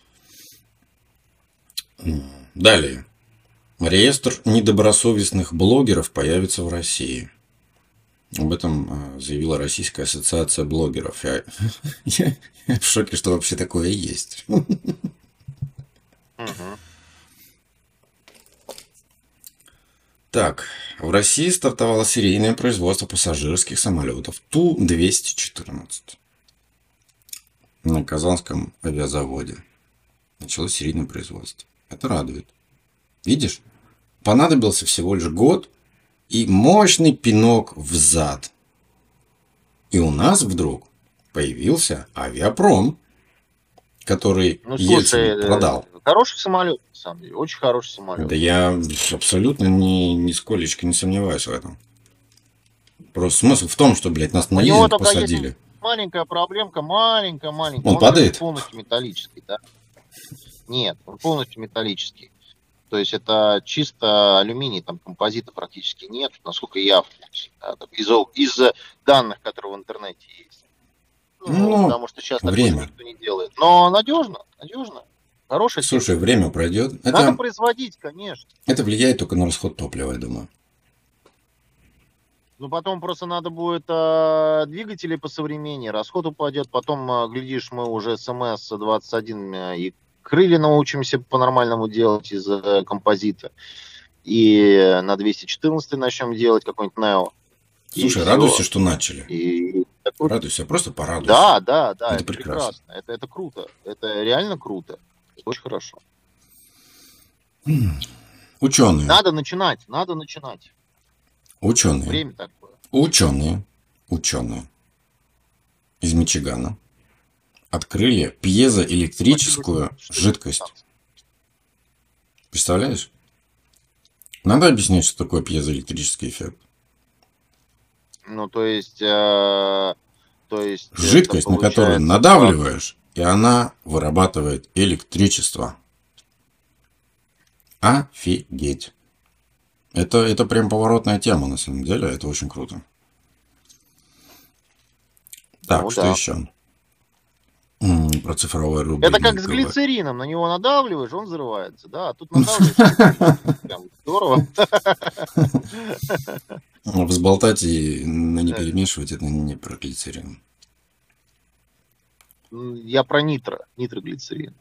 Далее. Реестр недобросовестных блогеров появится в России. Об этом заявила Российская ассоциация блогеров. Я в шоке, что вообще такое есть. Мгм. Так, в России стартовало серийное производство пассажирских самолетов Ту-214 на Казанском авиазаводе. Началось серийное производство. Это радует. Видишь, понадобился всего лишь год и мощный пинок в зад. И у нас вдруг появился авиапром, который Ну, слушай, Ельцин продал. хороший самолет, на самом деле, очень хороший самолет. Да я абсолютно нисколечко не сомневаюсь в этом. Просто смысл в том, что, блядь, нас на У него лизинг только есть посадили. маленькая проблемка, маленькая. Он Он как бы падает? полностью металлический, да? Нет, он полностью металлический. То есть это чисто алюминий, там композита практически нет, насколько я в курсе, да, там из данных, которые в интернете есть. Ну, Ну, потому что сейчас такое же время. никто не делает. Но надежно. Хорошая Слушай, техника. время пройдет. Надо производить, конечно. Это влияет только на расход топлива, я думаю. Но потом просто надо будет двигатели по современнее, расход упадет, потом, глядишь, мы уже СМС-21 и крылья научимся по-нормальному делать из композита. И на 214 начнем делать какой-нибудь Нео. И Слушай, все. радуйся, что начали. И... Радуйся, просто порадуйся. Да, Это это прекрасно. прекрасно. Это круто. Это реально круто. Очень хорошо. Ученые. Надо начинать. Ученые. Время такое. Ученые из Мичигана открыли пьезоэлектрическую жидкость. Представляешь? Надо объяснить, что такое пьезоэлектрический эффект. Ну, то есть это Жидкость, на которую получается как... надавливаешь, и она вырабатывает электричество. Офигеть. Это прям поворотная тема, на самом деле. Это очень круто. Так, Ну что да. еще? Про цифровой рубль Это не как с говорю. глицерином. На него надавливаешь, он взрывается. Да, а тут надавливаешь, и электричество. Прям здорово. Взболтать и не перемешивать, это не про глицерин. Я про нитроглицерин.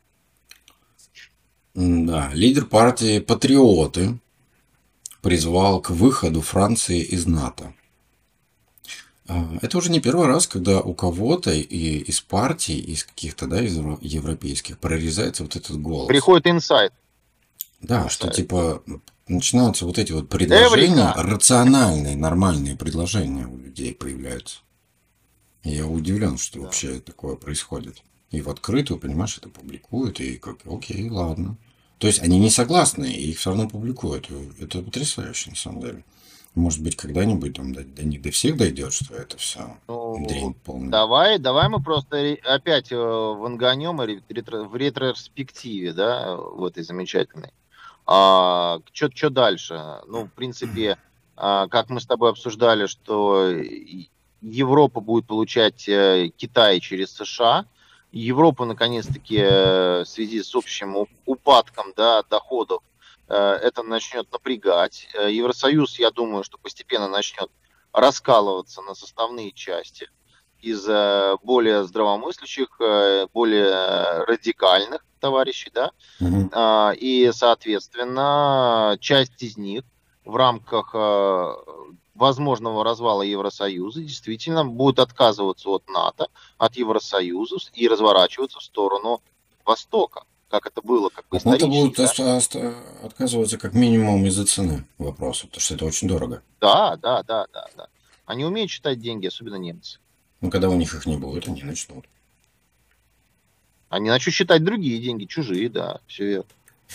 Да, лидер партии «Патриоты» призвал к выходу Франции из НАТО. Это уже не первый раз, когда у кого-то и из партий, из каких-то, да, из европейских прорезается вот этот голос. Приходит инсайт. Да, что типа начинаются вот эти вот предложения, Эврика! рациональные, нормальные предложения у людей появляются. И я удивлен, что Да. вообще такое происходит. И в открытую, понимаешь, это публикуют, и как, окей, ладно. То есть они не согласны, и их все равно публикуют. Это потрясающе, на самом деле. Может быть, когда-нибудь там до них до всех дойдет, что это все дрянь Ну, полная. давай мы просто опять ванганем в ретроспективе, да, в этой замечательной. Что дальше? Ну, в принципе, как мы с тобой обсуждали, что Европа будет получать Китай через США. Европа, наконец-таки, в связи с общим упадком, да, доходов, это начнет напрягать. Евросоюз, я думаю, что постепенно начнет раскалываться на составные части из более здравомыслящих, более радикальных товарищей, да, Мгм. и, соответственно, часть из них в рамках возможного развала Евросоюза действительно будет отказываться от НАТО, от Евросоюза и разворачиваться в сторону Востока, как это было как бы От НАТО исторически, будут да? отказываться как минимум из-за цены вопроса, потому что это очень дорого. Да. Они умеют считать деньги, особенно немцы. Но когда у них их не будет, они начнут. Они начнут считать другие деньги, чужие, да, все верно.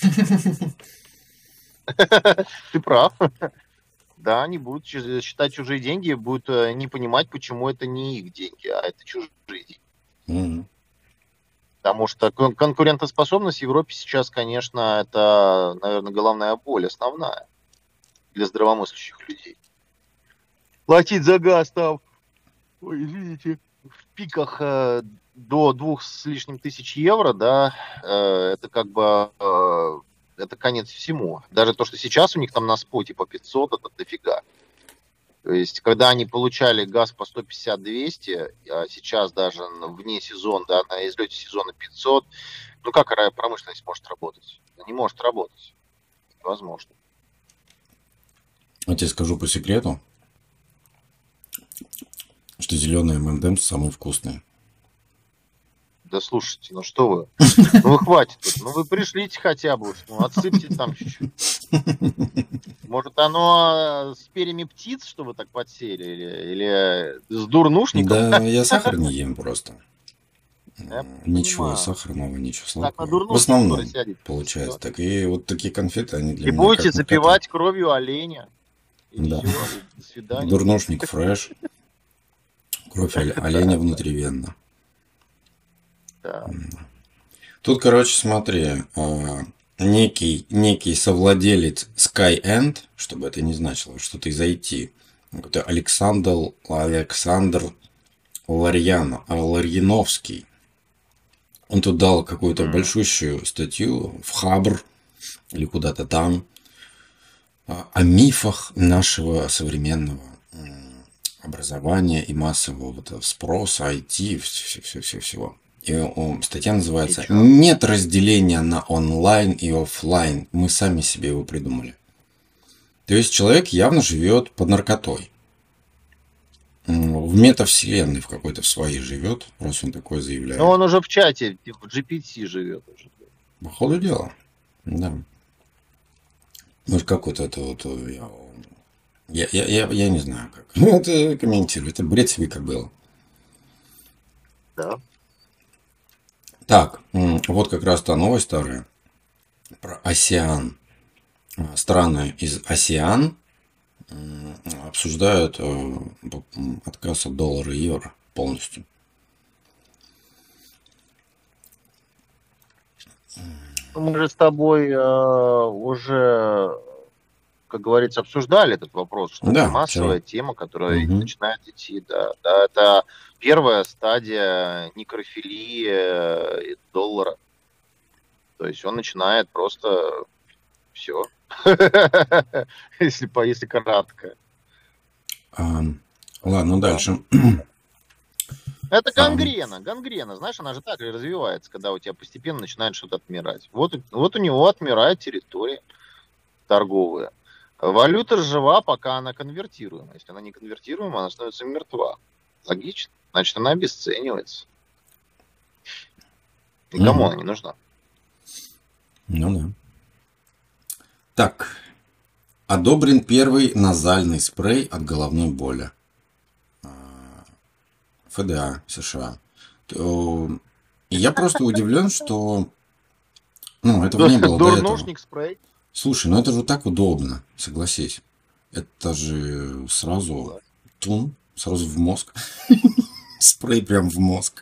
Ты прав. Да, они будут считать чужие деньги, будут не понимать, почему это не их деньги, а это чужие деньги. Мгм. Потому что конкурентоспособность в Европе сейчас, конечно, это, наверное, головная боль основная для здравомыслящих людей. Платить за газ там, ой, извините, в пиках до 2 с лишним тысяч евро, да, это как бы это конец всему. Даже то, что сейчас у них там на споте по 500, это дофига. То есть, когда они получали газ по 150-200, а сейчас даже вне сезона, да, на излете сезона 500, ну как промышленность может работать? Она не может работать. Невозможно. Я тебе скажу по секрету, что зеленые ММДМС самые вкусные. Да слушайте, ну что вы? Ну вы хватит тут. Ну вы пришлите хотя бы уж. Ну отсыпьте там чуть-чуть. Может оно с перьями птиц, что вы так подсели? Или с дурнушником? Да, я сахар не ем просто. Я Ничего понимаю. сахарного, ничего Так на сладкого. В дурнушке скоро основном сядете. получается так. И вот такие конфеты, они для И меня будете как наркота. запивать кровью оленя. И Да. все, до свидания. Дурнушник фреш. Кровь оленя внутривенно. Да. Тут, короче, смотри, некий совладелец Skyend, чтобы это не значило, что ты зайти. Это Александр Ларьяновский. Он тут дал какую-то большущую статью в Хабр или куда-то там о мифах нашего современного образования и массового вот спроса, IT, всего. И статья называется «Нет разделения на онлайн и офлайн. Мы сами себе его придумали». То есть человек явно живет под наркотой. В метавселенной в какой-то в своей живет, раз он такое заявляет. Но он уже в чате, в GPT живет уже. По ходу дела. Да. Ну, как вот это вот... Я не знаю, как. Это комментирую. Это бред себе как было. Да. Так, вот как раз та новость старая про АСЕАН. Страны из АСЕАН обсуждают отказ от доллара и евро полностью. Мы же с тобой уже, как говорится, обсуждали этот вопрос, что это Да, массовая вчера. тема, которая Мгм. начинает идти, да, да, это первая стадия некрофилии доллара. То есть он начинает просто все, если кратко. Ладно, Да. дальше. Это Ам, гангрена, знаешь, она же так и развивается, когда у тебя постепенно начинает что-то отмирать. Вот у него отмирает территория торговая. Валюта жива, пока она конвертируема. Если она не конвертируема, она становится мертва. Логично. Значит, она обесценивается. Никому мгм. она не нужна. Ну да. Так, одобрен первый назальный спрей от головной боли. ФДА США. И я просто удивлен, что этого не было до этого. Дурнушник спрей. Слушай, это же так удобно, согласись. Это же сразу Согласен. сразу в мозг. Спрей прям в мозг.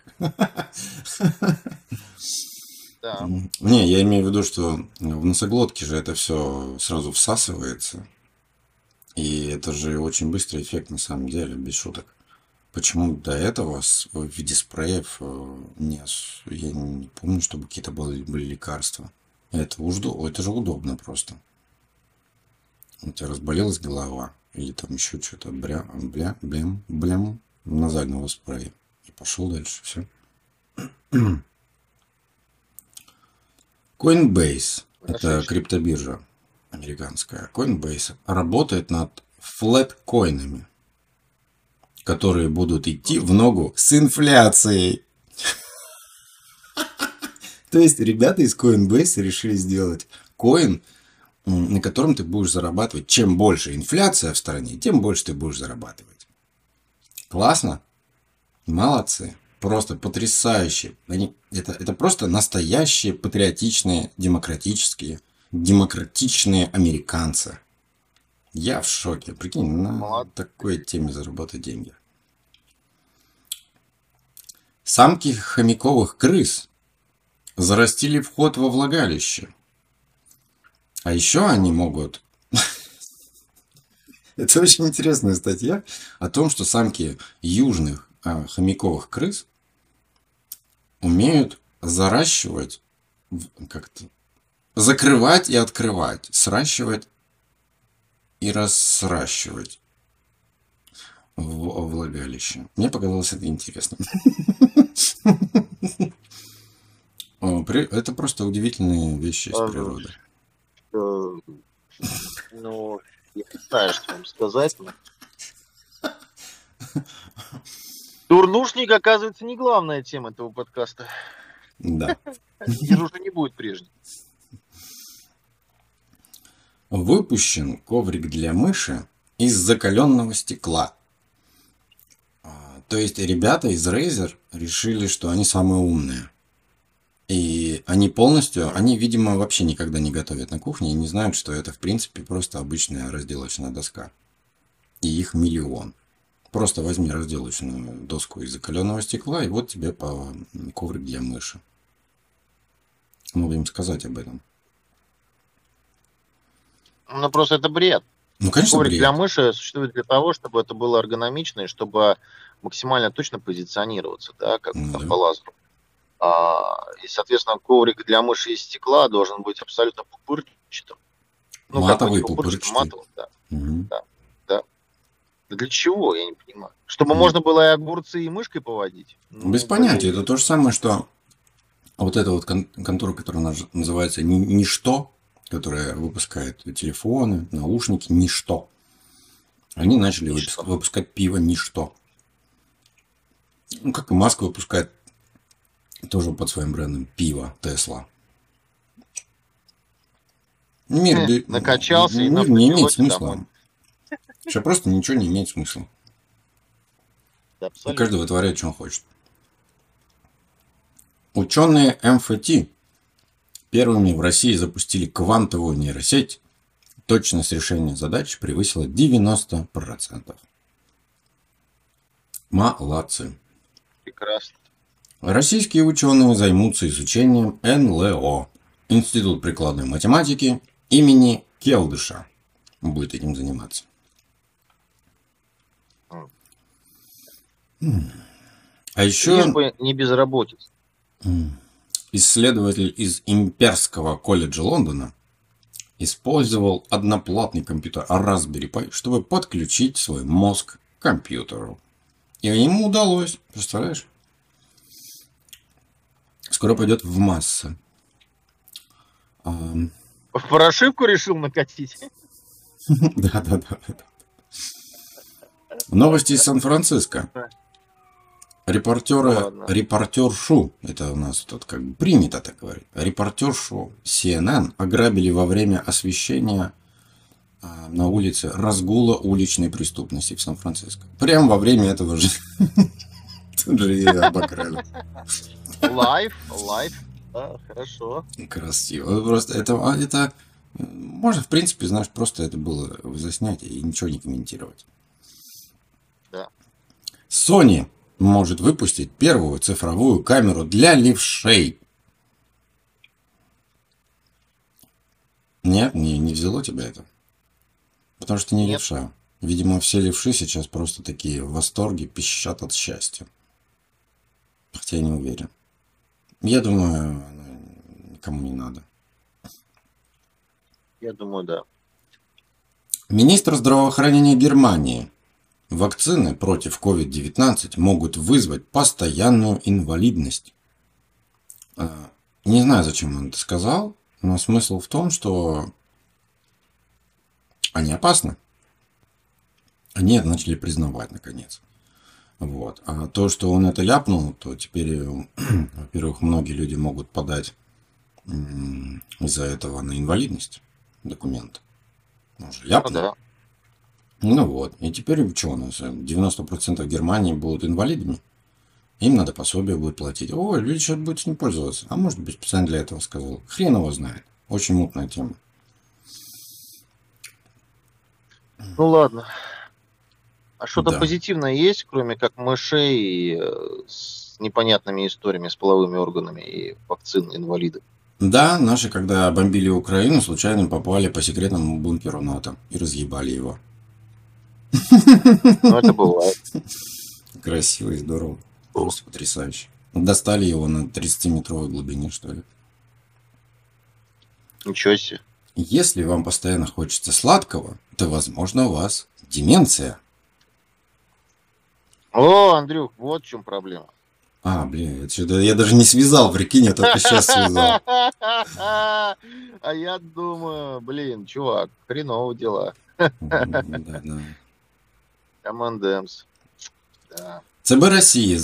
Да. Не, я имею в виду, что в носоглотке же это все сразу всасывается. И это же очень быстрый эффект на самом деле, без шуток. Почему до этого в виде спреев я не помню, чтобы какие-то были лекарства. Это же удобно просто. У тебя разболелась голова, или там еще что-то, блям, назального спрея. И пошел дальше, все. Coinbase, это Сумасшедший. криптобиржа американская. Coinbase работает над флэткоинами, которые будут идти в ногу с инфляцией. То есть ребята из Coinbase решили сделать коин, на котором ты будешь зарабатывать. Чем больше инфляция в стране, тем больше ты будешь зарабатывать. Классно? Молодцы. Просто потрясающе. Это просто настоящие патриотичные, демократичные американцы. Я в шоке. Прикинь, на Молодцы. такой теме заработать деньги. Самки хомяковых крыс зарастили вход во влагалище. А еще они могут... Это очень интересная статья о том, что самки южных хомяковых крыс умеют заращивать, как-то закрывать и открывать, сращивать и рассращивать в влагалище. Мне показалось это интересным. Это просто удивительные вещи из природы. Ну, я не знаю, что вам сказать. Дурнушник, оказывается, не главная тема этого подкаста. Да. Теперь уже не будет прежней. Выпущен коврик для мыши из закаленного стекла. То есть ребята из Razer решили, что они самые умные. И они видимо, вообще никогда не готовят на кухне и не знают, что это, в принципе, просто обычная разделочная доска. И их миллион. Просто возьми разделочную доску из закаленного стекла, и вот тебе коврик для мыши. Надо им сказать об этом. Ну, просто это бред. Ну, конечно, Коврик для бред. мыши существует для того, чтобы это было эргономично и чтобы максимально точно позиционироваться, да, как Ну, там да. по лазеру. И, соответственно, коврик для мыши из стекла должен быть абсолютно пупырчатым. Ну, как бы не Матовый, пупырчатым, пупырчатый. матовым, да. Угу. Да, да. Для чего, я не понимаю. Чтобы Ну, можно было и огурцы, и мышкой поводить? без Ну, понятия. Это блин. то же самое, что вот эта вот контора, которая называется Ничто, которая выпускает телефоны, наушники, Ничто. Они начали Ничто. выпускать пиво Ничто. Ну, как и Маск выпускает тоже под своим брендом пиво Тесла. Мир Накачался и на не имеет автопилоте смысла. домой. Сейчас просто ничего не имеет смысла. Да, И абсолютно. каждый вытворяет, что он хочет. Ученые МФТ первыми в России запустили квантовую нейросеть, Точность решения задач превысила 90%. Молодцы. Прекрасно. Российские ученые займутся изучением НЛО. Институт прикладной математики имени Келдыша будет этим заниматься. А еще Лишь бы не безработица. исследователь из Имперского колледжа Лондона использовал одноплатный компьютер Raspberry Pi, чтобы подключить свой мозг к компьютеру. И ему удалось, представляешь? Скоро пойдет в массы. Прошивку решил накатить? Да. Новости из Сан-Франциско. Репортершу, это у нас тут как бы принято так говорить, репортершу CNN ограбили во время освещения на улице разгула уличной преступности в Сан-Франциско. Прямо во время этого же тут же ее обокрали. Лайв, да, хорошо. Красиво. Просто это можно, в принципе, знаешь, просто это было заснять и ничего не комментировать. Да. Sony может выпустить первую цифровую камеру для левшей. Нет, не взяло тебя это. Потому что не левша. Видимо, все левши сейчас просто такие в восторге, пищат от счастья. Хотя я не уверен. Я думаю, никому не надо. Я думаю, да. Министр здравоохранения Германии. Вакцины против COVID-19 могут вызвать постоянную инвалидность. Не знаю, зачем он это сказал, но смысл в том, что они опасны. Они это начали признавать, наконец. Вот. А то, что он это ляпнул, то теперь, во-первых, многие люди могут подать из-за этого на инвалидность документ. Он же ляпнул. Да. Ну вот. И теперь что у нас? 90% Германии будут инвалидами. Им надо пособие будет платить. Ой, люди сейчас будут с ним пользоваться. А может быть, специально для этого сказал. Хрен его знает. Очень мутная тема. Ну ладно. А что-то Да. позитивное есть, кроме как мышей с непонятными историями, с половыми органами и вакцин инвалидов? Да, наши, когда бомбили Украину, случайно попали по секретному бункеру НАТО и разъебали его. Ну, это бывает. Красиво и здорово. Просто потрясающе. Достали его на 30-метровой глубине, что ли. Ничего себе. Если вам постоянно хочется сладкого, то, возможно, у вас деменция. О, Андрюх, вот в чем проблема. Блин, это что-то я даже не связал, прикинь, я только сейчас связал. А я думаю, блин, чувак, хреново дела. Да. Командемс. Да. ЦБ России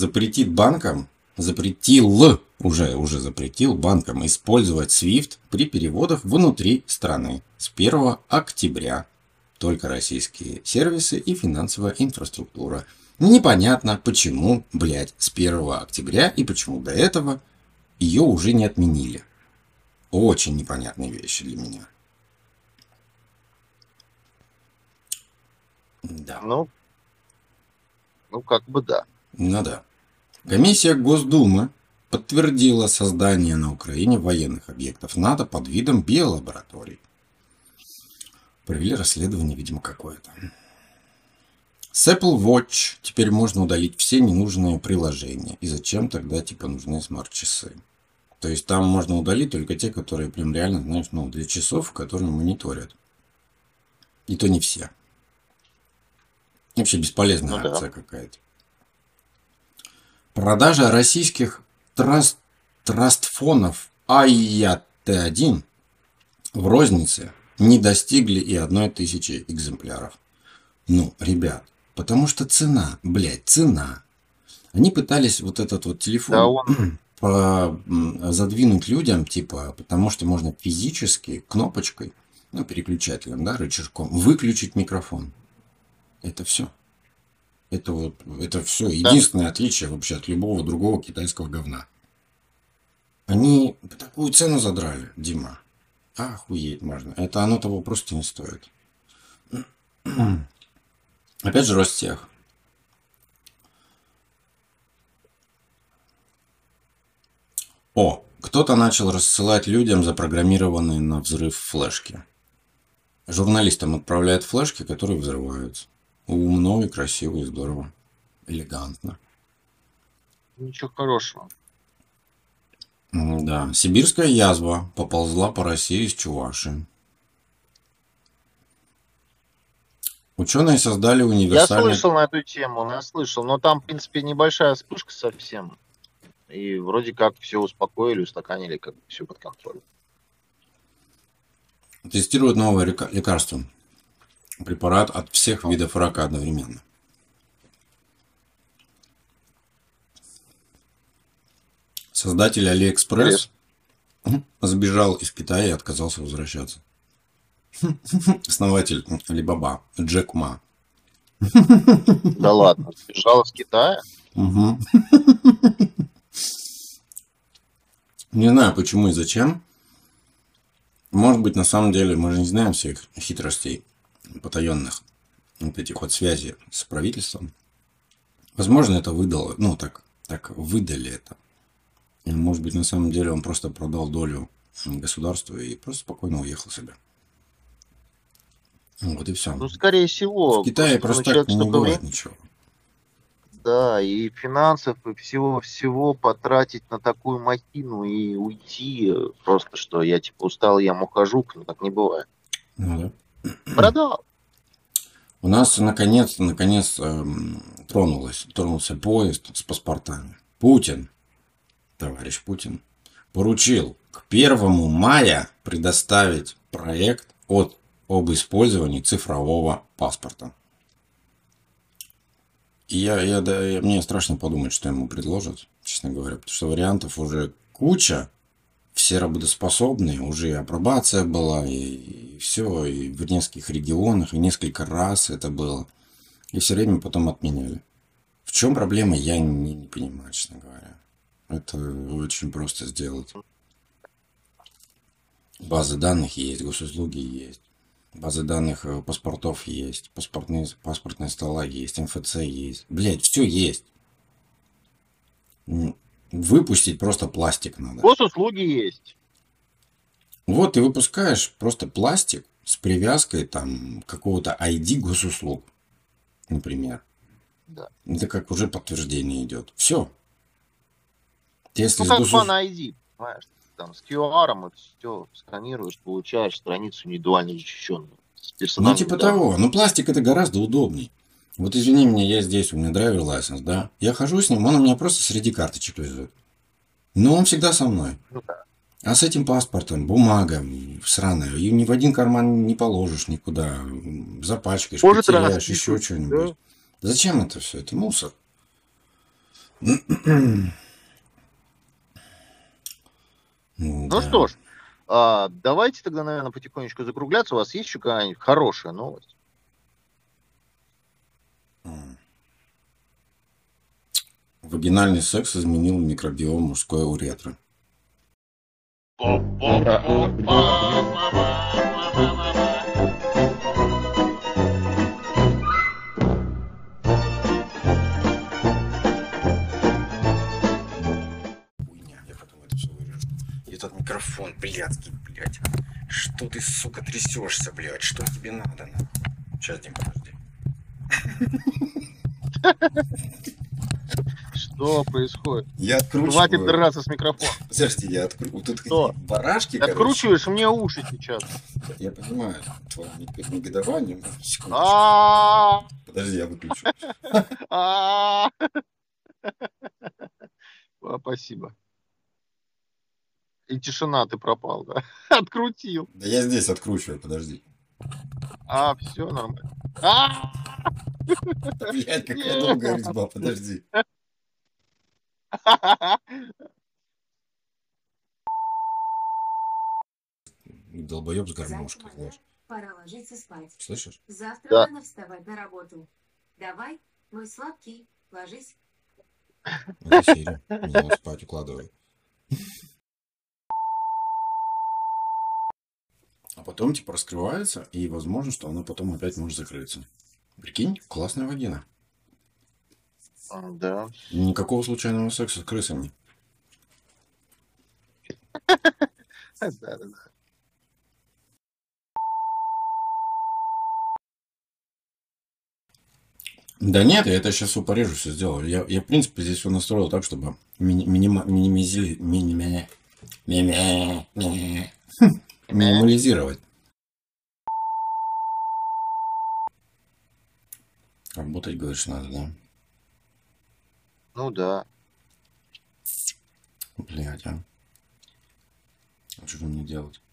уже запретил банкам использовать SWIFT при переводах внутри страны с 1 октября. Только российские сервисы и финансовая инфраструктура. Непонятно, почему, с 1 октября и почему до этого ее уже не отменили. Очень непонятные вещи для меня. Да. Ну, как бы да. Ну да. Комиссия Госдумы подтвердила создание на Украине военных объектов НАТО под видом биолабораторий. Провели расследование, видимо, какое-то. С Apple Watch теперь можно удалить все ненужные приложения. И зачем тогда нужны смарт-часы? То есть там можно удалить только те, которые прям реально, знаешь, для часов, которые мониторят. И то не все. Вообще бесполезная акция какая-то. Продажа российских трастфонов АИА-Т1 в рознице не достигли и 1000 экземпляров. Ну, ребят, потому что цена. Они пытались вот этот вот телефон задвинуть людям, потому что можно физически кнопочкой, переключателем, рычажком, выключить микрофон. Это все. Это все единственное отличие вообще от любого другого китайского говна. Они такую цену задрали, Дима. Охуеть можно. Это оно того просто не стоит. Опять же, Ростех. О, кто-то начал рассылать людям запрограммированные на взрыв флешки. Журналистам отправляют флешки, которые взрываются. Умно и красиво и здорово. Элегантно. Ничего хорошего. Да. Сибирская язва поползла по России из Чувашии. Ученые создали Я универсальный... слышал на эту тему, я слышал, но там, в принципе, небольшая вспышка совсем. И вроде как все успокоили, устаканили, как бы все под контролем. Тестируют новое лекарство. Препарат от всех видов рака одновременно. Создатель Алиэкспресс сбежал из Китая и отказался возвращаться. Основатель Алибаба Джек Ма. Да ладно, сбежал из Китая? Угу. Не знаю, почему и зачем. Может быть, на самом деле, мы же не знаем всех хитростей потаенных вот этих вот связей с правительством. Возможно, это выдало, ну, так выдали это. И, может быть, на самом деле он просто продал долю государству и просто спокойно уехал себе. Вот и все. Ну, скорее всего. В Китае просто так не бывает ничего. Да, и финансов, и всего потратить на такую махину и уйти просто, что я типа устал, я ухожу, ну так не бывает. Ну, да. Продал. У нас наконец тронулся поезд с паспортами. Путин, товарищ Путин, поручил к 1 мая предоставить проект об использовании цифрового паспорта. И мне страшно подумать, что ему предложат, честно говоря, потому что вариантов уже куча, все работоспособные, уже и апробация была, и все, и в нескольких регионах, и несколько раз это было. И все время потом отменяли. В чем проблема, я не понимаю, честно говоря. Это очень просто сделать. Базы данных есть, госуслуги есть. Базы данных паспортов есть, паспортные стола есть, МФЦ есть. Блять, все есть. Выпустить просто пластик надо. Госуслуги есть. Вот ты выпускаешь просто пластик с привязкой там какого-то ID госуслуг, например. Да. Это как уже подтверждение идет. Все. Если как Fan ID, понимаешь? Там с QR и все сканируешь, получаешь страницу индивидуально защищенную. Ну, типа того. Но пластик это гораздо удобней. Вот извини меня, я здесь, у меня драйвер лайсенс, да? Я хожу с ним, он у меня просто среди карточек лежит. Но он всегда со мной. Ну, да. А с этим паспортом, бумага сраная, ее ни в один карман не положишь никуда. Запачкаешь, может, потеряешь, еще что-нибудь. Да? Зачем это все? Это мусор. Ну да. Что ж, давайте тогда, наверное, потихонечку закругляться. У вас есть еще какая-нибудь хорошая новость? Вагинальный секс изменил микробиом мужской уретры. Этот микрофон, блядский, блядь. Что ты, сука, трясешься, блядь? Что тебе надо, нахуй? Сейчас, Дим, подожди. Что происходит? Я откручиваю. Хватит драться с микрофоном. Подожди, я откручиваю. Тут что? Барашки, ты откручиваешь мне уши сейчас. Я понимаю твое негодование. Подожди, я выключу. Спасибо. И тишина, ты пропал, да? Открутил. Да я здесь откручиваю, подожди. Все нормально. Блядь, какая долгая резьба, подожди. Долбоеб с гармошкой, знаешь. Пора ложиться спать. Слышишь? Завтра рано вставать на работу. Давай, мой сладкий, ложись. Это Сири. Меня спать укладывай. А потом, типа, раскрывается, и возможно, что оно потом опять может закрыться. Прикинь, классная вагина. Да. Никакого случайного секса с крысами. Да. Да нет, я это сейчас все порежу, все сделаю. Я, в принципе, здесь все настроил так, чтобы минимализировать. Работать, говоришь, надо, да? Ну да. Блядь, а. А что же мне делать?